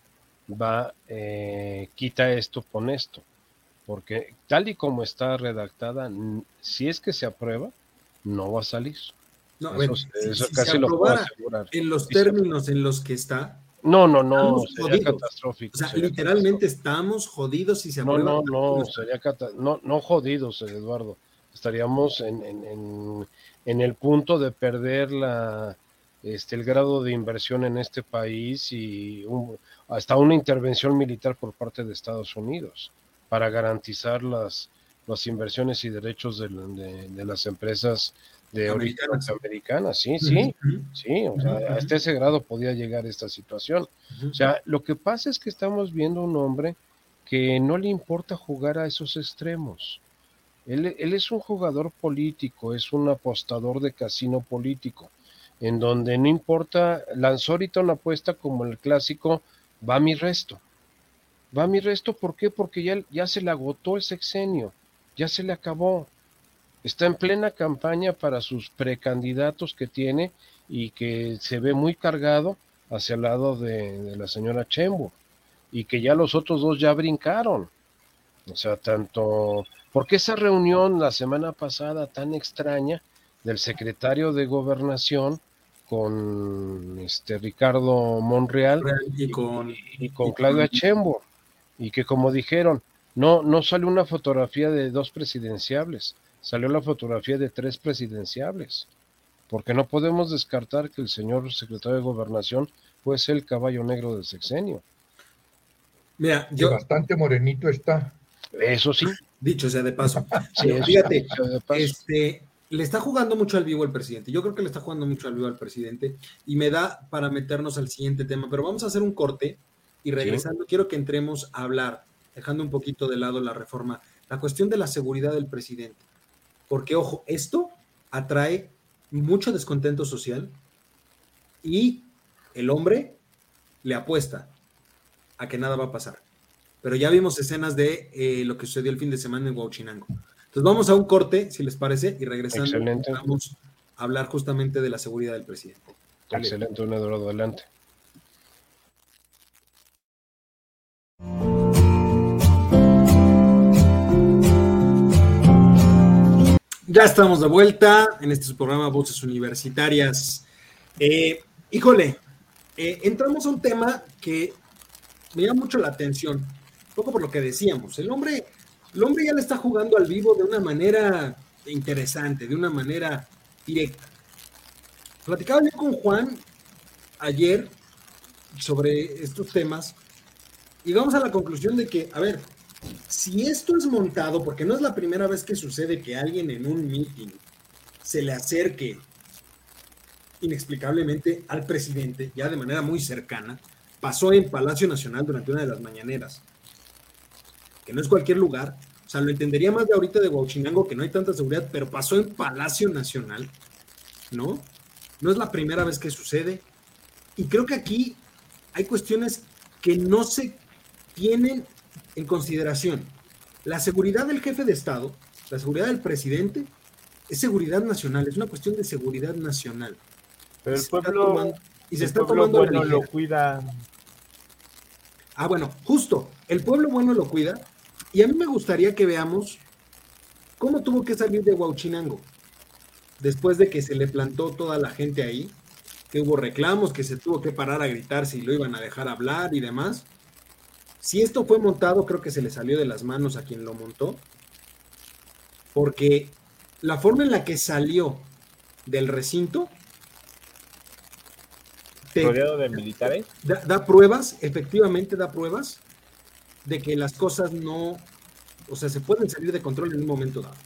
quita esto, pon esto. Porque tal y como está redactada, si es que se aprueba, no va a salir. No, eso casi se lo puedo asegurar. En los términos en los que está. No, sería catastrófico. O sea, literalmente estamos jodidos si se aprueba. No jodidos, Eduardo. Estaríamos en el punto de perder el grado de inversión en este país y hasta una intervención militar por parte de Estados Unidos para garantizar las inversiones y derechos de las empresas de origen norteamericana. Sí, o sea, hasta ese grado podía llegar esta situación. O sea, lo que pasa es que estamos viendo un hombre que no le importa jugar a esos extremos. Él es un jugador político, es un apostador de casino político, en donde no importa, lanzó ahorita una apuesta como el clásico, va mi resto. Va mi resto, ¿por qué? Porque ya se le agotó el sexenio, ya se le acabó. Está en plena campaña para sus precandidatos que tiene y que se ve muy cargado hacia el lado de la señora Sheinbaum y que ya los otros dos ya brincaron. O sea, porque esa reunión la semana pasada tan extraña del secretario de Gobernación con Ricardo Monreal y con Claudia Sheinbaum, y que como dijeron, no salió una fotografía de 2 presidenciables, salió la fotografía de 3 presidenciables, porque no podemos descartar que el señor secretario de Gobernación puede ser el caballo negro del sexenio. Mira, yo bastante morenito está. Eso sí. Dicho sea de paso. Sí, fíjate, sea de paso. Le está jugando mucho al vivo el presidente. Yo creo que le está jugando mucho al vivo al presidente y me da para meternos al siguiente tema, pero vamos a hacer un corte y regresando quiero que entremos a hablar, dejando un poquito de lado la reforma, la cuestión de la seguridad del presidente. Porque, ojo, esto atrae mucho descontento social y el hombre le apuesta a que nada va a pasar. Pero ya vimos escenas de lo que sucedió el fin de semana en Huachinango. Entonces vamos a un corte, si les parece, y regresando vamos a hablar justamente de la seguridad del presidente. Excelente, un Eduardo, adelante. Ya estamos de vuelta en este programa Voces Universitarias. Híjole, entramos a un tema que me llama mucho la atención, un poco por lo que decíamos. El hombre ya le está jugando al vivo de una manera interesante, de una manera directa. Platicaba yo con Juan ayer sobre estos temas y llegamos a la conclusión de que, a ver, si esto es montado, porque no es la primera vez que sucede que alguien en un meeting se le acerque inexplicablemente al presidente, ya de manera muy cercana, pasó en Palacio Nacional durante una de las mañaneras, que no es cualquier lugar, o sea, lo entendería más de ahorita de Huachinango, que no hay tanta seguridad, pero pasó en Palacio Nacional, ¿no? No es la primera vez que sucede, y creo que aquí hay cuestiones que no se tienen en consideración. La seguridad del jefe de Estado, la seguridad del presidente, es seguridad nacional, es una cuestión de seguridad nacional. Pero el pueblo, se está tomando bueno lo cuida. Ah, bueno, justo, el pueblo bueno lo cuida, y a mí me gustaría que veamos cómo tuvo que salir de Huachinango, después de que se le plantó toda la gente ahí, que hubo reclamos, que se tuvo que parar a gritar si lo iban a dejar hablar y demás. Si esto fue montado, creo que se le salió de las manos a quien lo montó, porque la forma en la que salió del recinto rodeado de militares da pruebas, efectivamente da pruebas de que las cosas no, o sea, se pueden salir de control en un momento dado.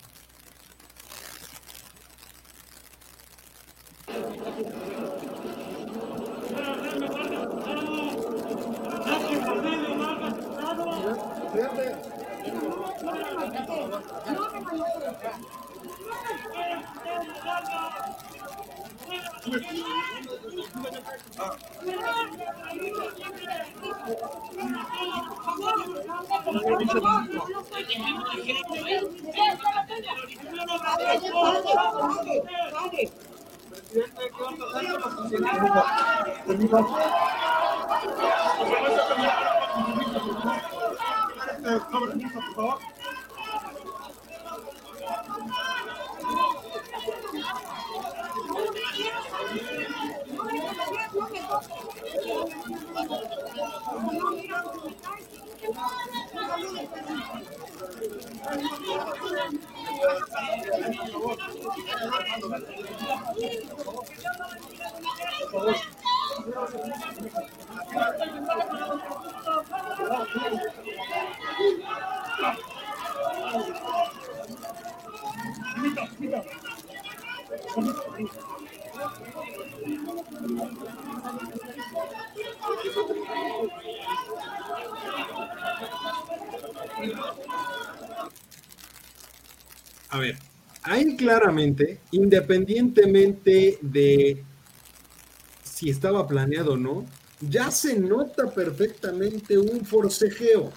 A ver, ahí claramente, independientemente de si estaba planeado o no, ya se nota perfectamente un forcejeo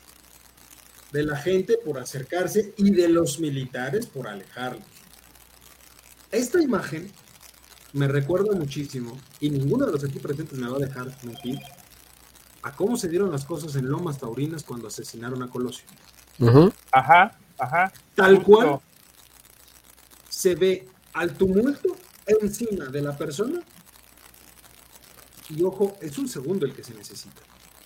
de la gente por acercarse y de los militares por alejarlos. Esta imagen me recuerda muchísimo, y ninguno de los aquí presentes me va a dejar mentir, a cómo se dieron las cosas en Lomas Taurinas cuando asesinaron a Colosio. Ajá. Tal cual se ve al tumulto encima de la persona Y ojo, es un segundo el que se necesita.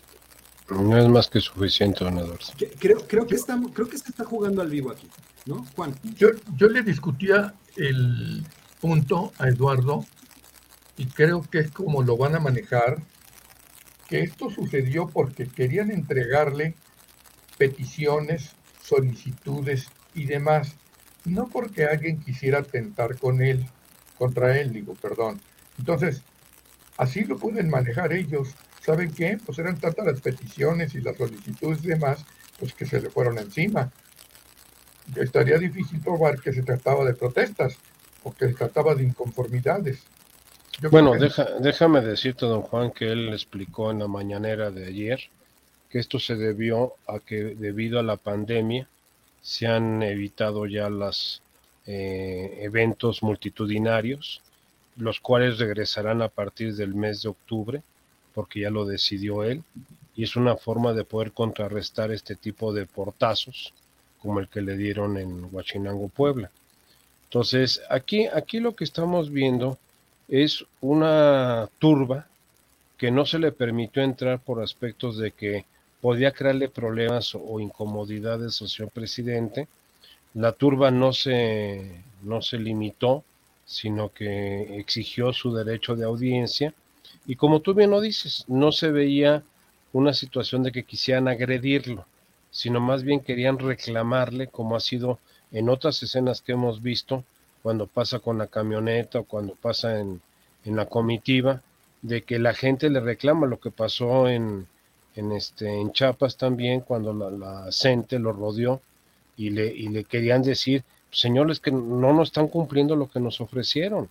No es más que suficiente, don Eduardo. Creo que se está jugando al vivo aquí, ¿no, Juan? Yo le discutía el punto a Eduardo y creo que es como lo van a manejar, que esto sucedió porque querían entregarle peticiones, solicitudes y demás, no porque alguien quisiera atentar contra él, perdón. Entonces, así lo pueden manejar ellos. ¿Saben qué? Pues eran tantas las peticiones y las solicitudes y demás, pues que se le fueron encima. Estaría difícil probar que se trataba de protestas o que se trataba de inconformidades. Bueno, déjame decirte, don Juan, que él explicó en la mañanera de ayer que esto se debió a que debido a la pandemia se han evitado ya los eventos multitudinarios, los cuales regresarán a partir del mes de octubre, porque ya lo decidió él, y es una forma de poder contrarrestar este tipo de portazos, como el que le dieron en Huachinango, Puebla. Entonces, aquí lo que estamos viendo es una turba que no se le permitió entrar por aspectos de que podía crearle problemas o incomodidades al señor presidente. La turba no se limitó, sino que exigió su derecho de audiencia, y como tú bien lo dices, no se veía una situación de que quisieran agredirlo, sino más bien querían reclamarle, como ha sido en otras escenas que hemos visto, cuando pasa con la camioneta o cuando pasa en la comitiva, de que la gente le reclama lo que pasó en Chiapas también, cuando la gente lo rodeó y le querían decir, señores, que no nos están cumpliendo lo que nos ofrecieron,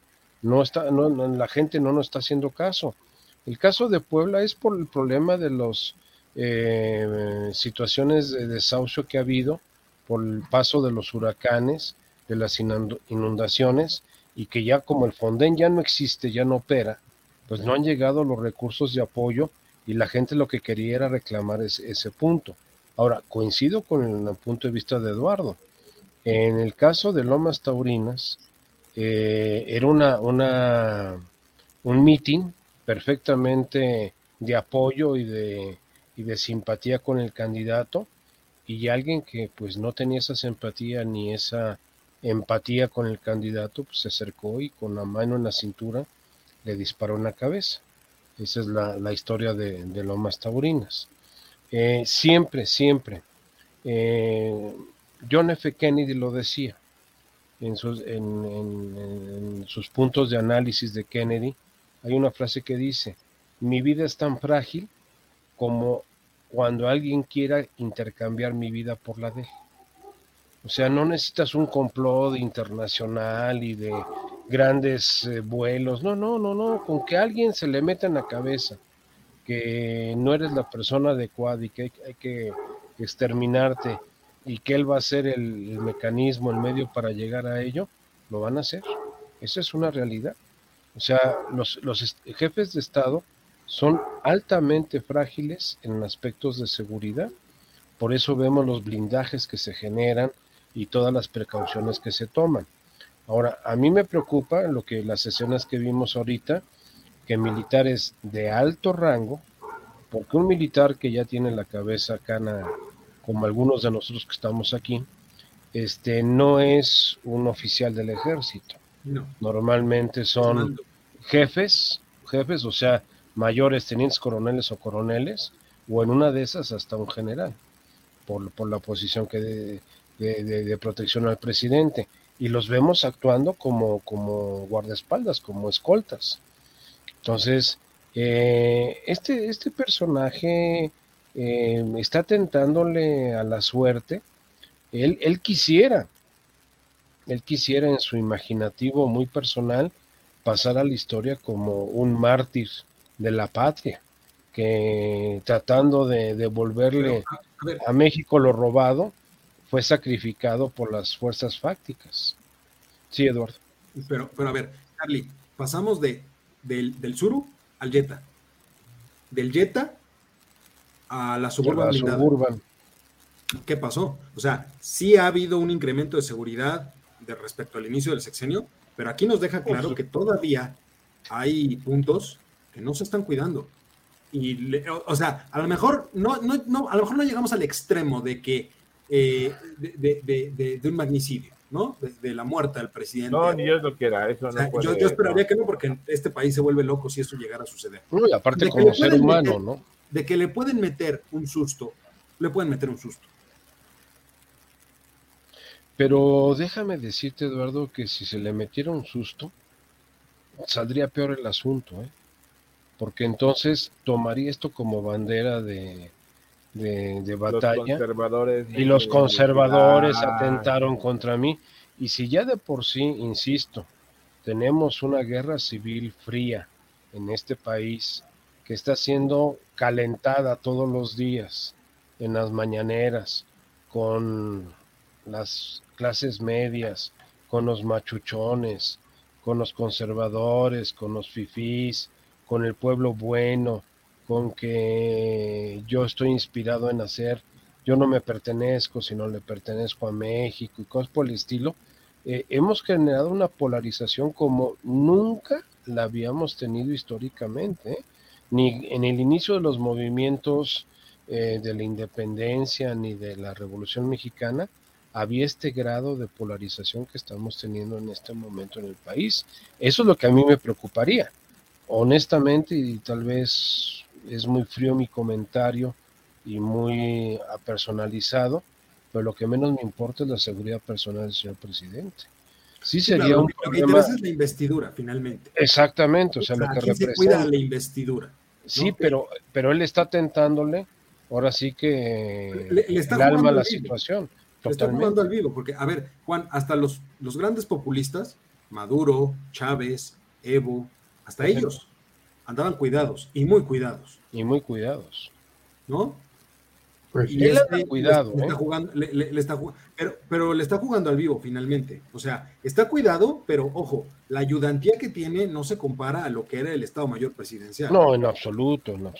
la gente no nos está haciendo caso. El caso de Puebla es por el problema de las situaciones de desahucio que ha habido, por el paso de los huracanes, de las inundaciones, y que ya como el Fonden ya no existe, ya no opera, pues no han llegado los recursos de apoyo, y la gente lo que quería era reclamar ese punto. Ahora, coincido con el punto de vista de Eduardo. En el caso de Lomas Taurinas, era un meeting perfectamente de apoyo y de simpatía con el candidato, y alguien que pues no tenía esa simpatía ni esa empatía con el candidato, pues se acercó y con la mano en la cintura le disparó en la cabeza. Esa es la historia de Lomas Taurinas. Siempre, John F. Kennedy lo decía en sus puntos de análisis de Kennedy. Hay una frase que dice: mi vida es tan frágil como cuando alguien quiera intercambiar mi vida por la de él. O sea, no necesitas un complot internacional y de grandes vuelos. No. Con que alguien se le meta en la cabeza que no eres la persona adecuada y que hay que exterminarte, y que él va a ser el mecanismo, el medio para llegar a ello, lo van a hacer. Esa es una realidad. O sea, los jefes de Estado son altamente frágiles en aspectos de seguridad. Por eso vemos los blindajes que se generan y todas las precauciones que se toman. Ahora, a mí me preocupa las escenas que vimos ahorita, que militares de alto rango, porque un militar que ya tiene la cabeza cana, como algunos de nosotros que estamos aquí, no es un oficial del ejército. No. Normalmente son jefes, o sea, mayores, tenientes coroneles o coroneles, o en una de esas hasta un general, por la posición que de protección al presidente, y los vemos actuando como guardaespaldas, como escoltas. Entonces, este personaje está tentándole a la suerte. Él quisiera en su imaginativo muy personal pasar a la historia como un mártir de la patria, que tratando de devolverle a México lo robado, fue sacrificado por las fuerzas fácticas. Sí, Eduardo. Pero a ver, Charlie, pasamos del Tsuru al Jetta. Del Jetta a la Suburban blindada. ¿Qué pasó? O sea, sí ha habido un incremento de seguridad respecto al inicio del sexenio, pero aquí nos deja claro que todavía hay puntos que no se están cuidando. O sea, a lo mejor a lo mejor no llegamos al extremo de que de un magnicidio, ¿no? De la muerte del presidente. No, ni Dios lo quiera, eso no puede. Yo esperaría que no, porque este país se vuelve loco si eso llegara a suceder. No, y aparte como ser humano, ¿no? De que le pueden meter un susto, le pueden meter un susto. Pero déjame decirte, Eduardo, que si se le metiera un susto, saldría peor el asunto, ¿eh? Porque entonces tomaría esto como bandera de batalla. Los conservadores y los conservadores atentaron contra mí. Y si ya de por sí, insisto, tenemos una guerra civil fría en este país que está siendo calentada todos los días en las mañaneras con las clases medias, con los machuchones, con los conservadores, con los fifís, con el pueblo bueno, con que yo estoy inspirado en hacer, yo no me pertenezco, sino le pertenezco a México y cosas por el estilo. Hemos generado una polarización como nunca la habíamos tenido históricamente, ¿eh? Ni en el inicio de los movimientos de la independencia ni de la Revolución Mexicana había este grado de polarización que estamos teniendo en este momento en el país. Eso es lo que a mí me preocuparía, honestamente, y tal vez es muy frío mi comentario y muy apersonalizado, pero lo que menos me importa es la seguridad personal del señor presidente. Sí, sería claro, un problema. Lo que interesa es la investidura, finalmente. Exactamente, o sea, lo que representa. Se cuida la investidura, ¿no? Sí, pero él está tentándole, ahora sí que le está el alma a la situación. Le está jugando al vivo, porque, a ver, Juan, hasta los grandes populistas, Maduro, Chávez, Evo, hasta ellos andaban cuidados, y muy cuidados. Y muy cuidados. ¿No? Pues y él anda cuidado, le está jugando, pero le está jugando al vivo finalmente. O sea, está cuidado, pero ojo, la ayudantía que tiene no se compara a lo que era el Estado Mayor Presidencial. No, en absoluto, no.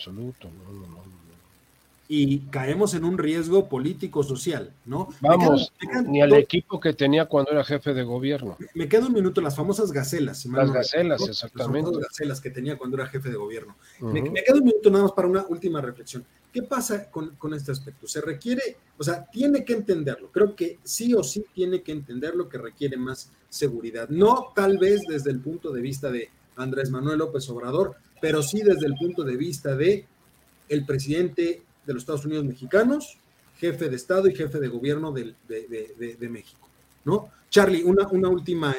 Y caemos en un riesgo político-social, ¿no? Vamos, ni al equipo que tenía cuando era jefe de gobierno. Me queda un minuto, las famosas gacelas. Las gacelas, ¿no? Exactamente. Las gacelas que tenía cuando era jefe de gobierno. Me queda un minuto nada más para una última reflexión. ¿Qué pasa con este aspecto? Se requiere, o sea, tiene que entenderlo. Creo que sí o sí tiene que entenderlo, que requiere más seguridad. No tal vez desde el punto de vista de Andrés Manuel López Obrador, pero sí desde el punto de vista de el presidente de los Estados Unidos mexicanos, jefe de Estado y jefe de gobierno de México, ¿no? Charlie, una última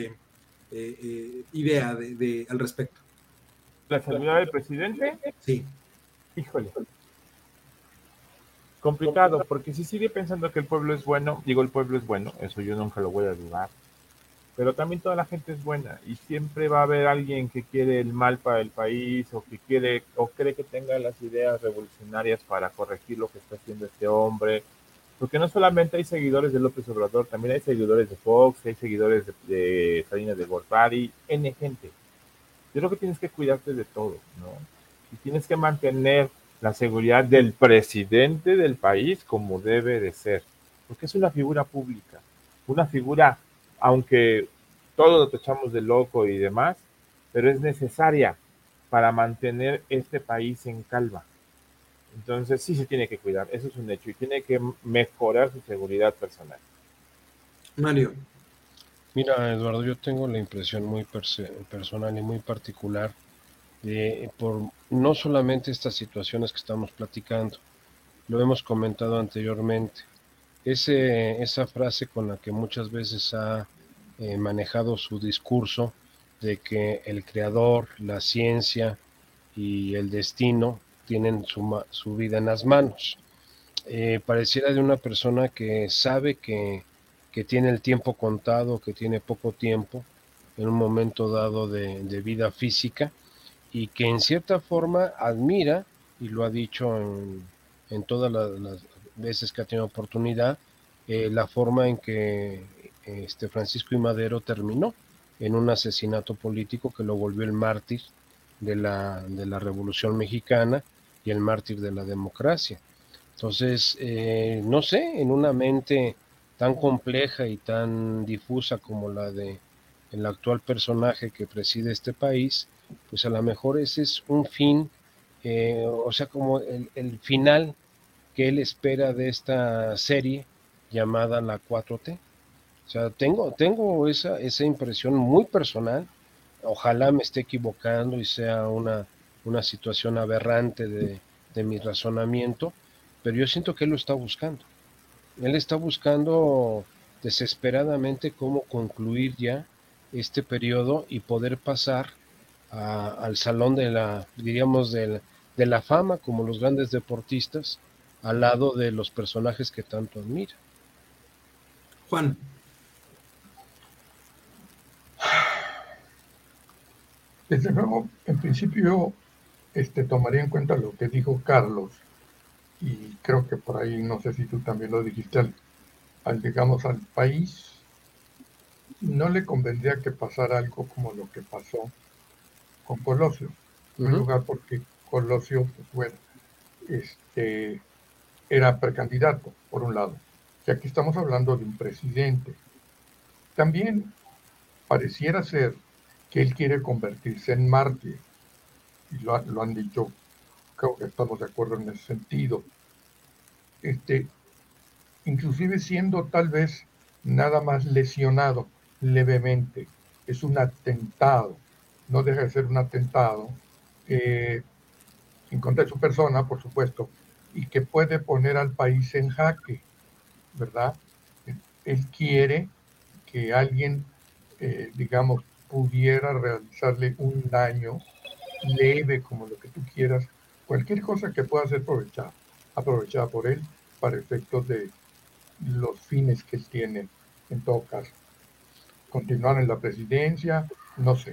idea al respecto. ¿La seguridad del presidente? Sí. Híjole. Complicado, porque si sigue pensando que el pueblo es bueno, digo, el pueblo es bueno, eso yo nunca lo voy a dudar, pero también toda la gente es buena y siempre va a haber alguien que quiere el mal para el país o que quiere o cree que tenga las ideas revolucionarias para corregir lo que está haciendo este hombre, porque no solamente hay seguidores de López Obrador, también hay seguidores de Fox, hay seguidores de Salinas de Gortari, N gente. Yo creo que tienes que cuidarte de todo, ¿no? Y tienes que mantener la seguridad del presidente del país como debe de ser, porque es una figura pública, una figura, aunque todos lo echamos de loco y demás, pero es necesaria para mantener este país en calma. Entonces sí se tiene que cuidar, eso es un hecho, y tiene que mejorar su seguridad personal. Mario. Mira, Eduardo, yo tengo la impresión muy personal y muy particular por no solamente estas situaciones que estamos platicando, lo hemos comentado anteriormente, esa frase con la que muchas veces ha manejado su discurso de que el creador, la ciencia y el destino tienen su vida en las manos. Pareciera de una persona que sabe que tiene el tiempo contado, que tiene poco tiempo en un momento dado de vida física, y que en cierta forma admira, y lo ha dicho en todas las veces que ha tenido oportunidad, la forma en que Francisco I. Madero terminó en un asesinato político que lo volvió el mártir de la Revolución Mexicana y el mártir de la democracia. Entonces, no sé, en una mente tan compleja y tan difusa como la de el actual personaje que preside este país, pues a lo mejor ese es un fin, o sea, como el final que él espera de esta serie llamada La 4T. O sea, tengo esa impresión muy personal. Ojalá me esté equivocando y sea una situación aberrante de mi razonamiento, pero yo siento que él lo está buscando. Él está buscando desesperadamente cómo concluir ya este periodo y poder pasar al salón diríamos, de la fama, como los grandes deportistas, al lado de los personajes que tanto admira. Juan. Desde luego, en principio, tomaría en cuenta lo que dijo Carlos, y creo que por ahí, no sé si tú también lo dijiste, digamos, al país no le convendría que pasara algo como lo que pasó con Colosio. En primer lugar, porque Colosio, pues bueno, era precandidato, por un lado, y aquí estamos hablando de un presidente. También pareciera ser que él quiere convertirse en mártir, y lo han dicho, creo que estamos de acuerdo en ese sentido. Inclusive siendo tal vez nada más lesionado levemente, es un atentado, no deja de ser un atentado en contra de su persona, por supuesto, y que puede poner al país en jaque, ¿verdad? Él quiere que alguien, digamos, pudiera realizarle un daño leve, como lo que tú quieras, cualquier cosa que pueda ser aprovechada por él para efectos de los fines que él tiene, en todo caso. Continuar en la presidencia, no sé.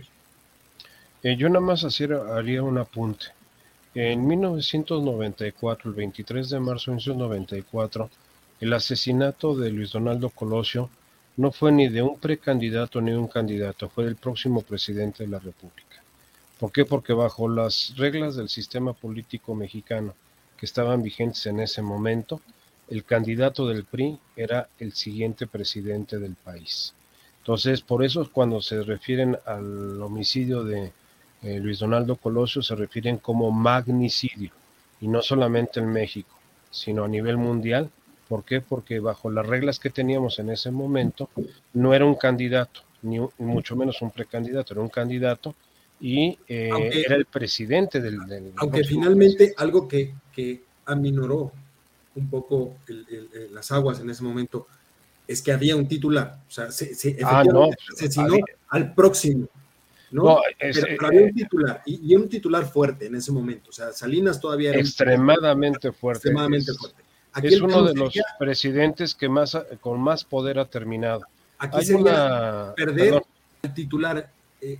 Yo nada más haría un apunte. En 1994, el 23 de marzo de 1994, el asesinato de Luis Donaldo Colosio no fue ni de un precandidato ni de un candidato, fue del próximo presidente de la República. ¿Por qué? Porque bajo las reglas del sistema político mexicano que estaban vigentes en ese momento, el candidato del PRI era el siguiente presidente del país. Entonces, por eso cuando se refieren al homicidio de Luis Donaldo Colosio, se refieren como magnicidio, y no solamente en México, sino a nivel mundial. ¿Por qué? Porque bajo las reglas que teníamos en ese momento, no era un candidato, ni mucho menos un precandidato, era un candidato, y era el presidente del aunque finalmente algo que aminoró un poco las aguas en ese momento es que había un titular, o sea, efectivamente asesinó al próximo, ¿no? Pero había un titular, y un titular fuerte en ese momento, o sea, Salinas todavía era extremadamente fuerte. Extremadamente fuerte. Aquí es uno de los presidentes que con más poder ha terminado. Aquí sería perder el titular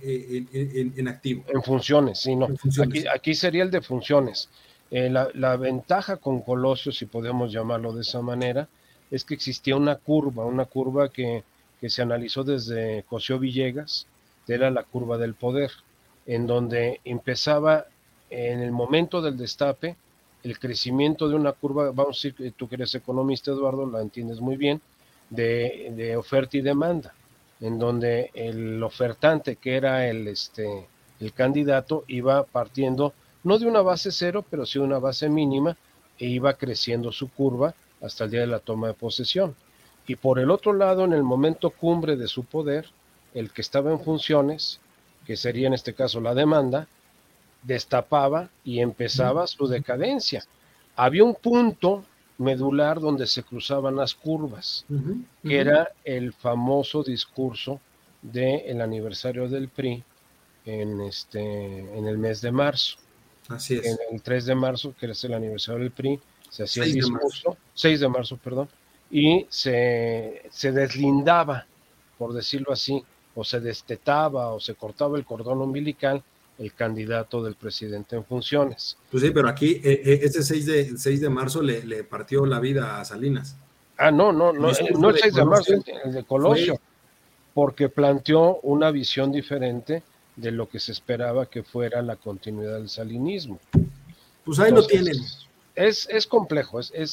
en activo. En funciones, sí, no. Aquí sería el de funciones. La ventaja con Colosio, si podemos llamarlo de esa manera, es que existía una curva que se analizó desde Cosío Villegas, era la curva del poder, en donde empezaba en el momento del destape el crecimiento de una curva, vamos a decir, tú que eres economista, Eduardo, la entiendes muy bien, de oferta y demanda, en donde el ofertante, que era el candidato, iba partiendo no de una base cero, pero sí de una base mínima, e iba creciendo su curva hasta el día de la toma de posesión. Y por el otro lado, en el momento cumbre de su poder, el que estaba en funciones, que sería en este caso la demanda, destapaba y empezaba su decadencia. Había un punto medular donde se cruzaban las curvas, que era el famoso discurso del aniversario del PRI en el mes de marzo. Así es. En el 3 de marzo, que es el aniversario del PRI, se hacía el discurso, 6 de marzo, perdón, y se deslindaba, por decirlo así, o se destetaba o se cortaba el cordón umbilical el candidato del presidente en funciones. Pues sí, pero aquí ese 6 de marzo le partió la vida a Salinas. No el 6 de marzo, el de Colosio, porque planteó una visión diferente de lo que se esperaba que fuera la continuidad del salinismo. Pues ahí entonces, lo tienen. Es complejo, es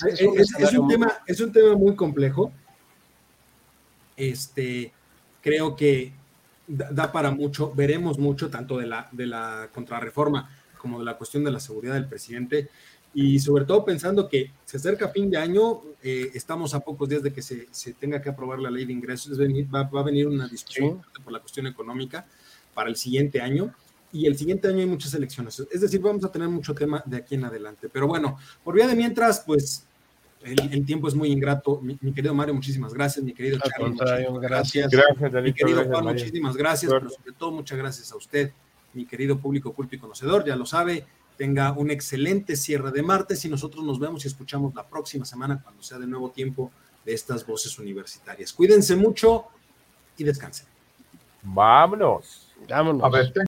un tema muy complejo. Creo que da para mucho, veremos mucho tanto de la contrarreforma como de la cuestión de la seguridad del presidente, y sobre todo pensando que se acerca fin de año, estamos a pocos días de que se tenga que aprobar la ley de ingresos, va a venir una discusión por la cuestión económica para el siguiente año, y el siguiente año hay muchas elecciones, es decir, vamos a tener mucho tema de aquí en adelante, pero bueno, por vía de mientras, pues el tiempo es muy ingrato. Mi querido Mario, muchísimas gracias. Mi querido Charlie, muchísimas gracias. Gracias, Mi querido gracias, Juan, Mario. muchísimas gracias, pero sobre todo muchas gracias a usted, mi querido público culto y conocedor, ya lo sabe, tenga un excelente cierre de martes y nosotros nos vemos y escuchamos la próxima semana cuando sea de nuevo tiempo de estas voces universitarias. Cuídense mucho y descansen. Vámonos. Vámonos. A ver,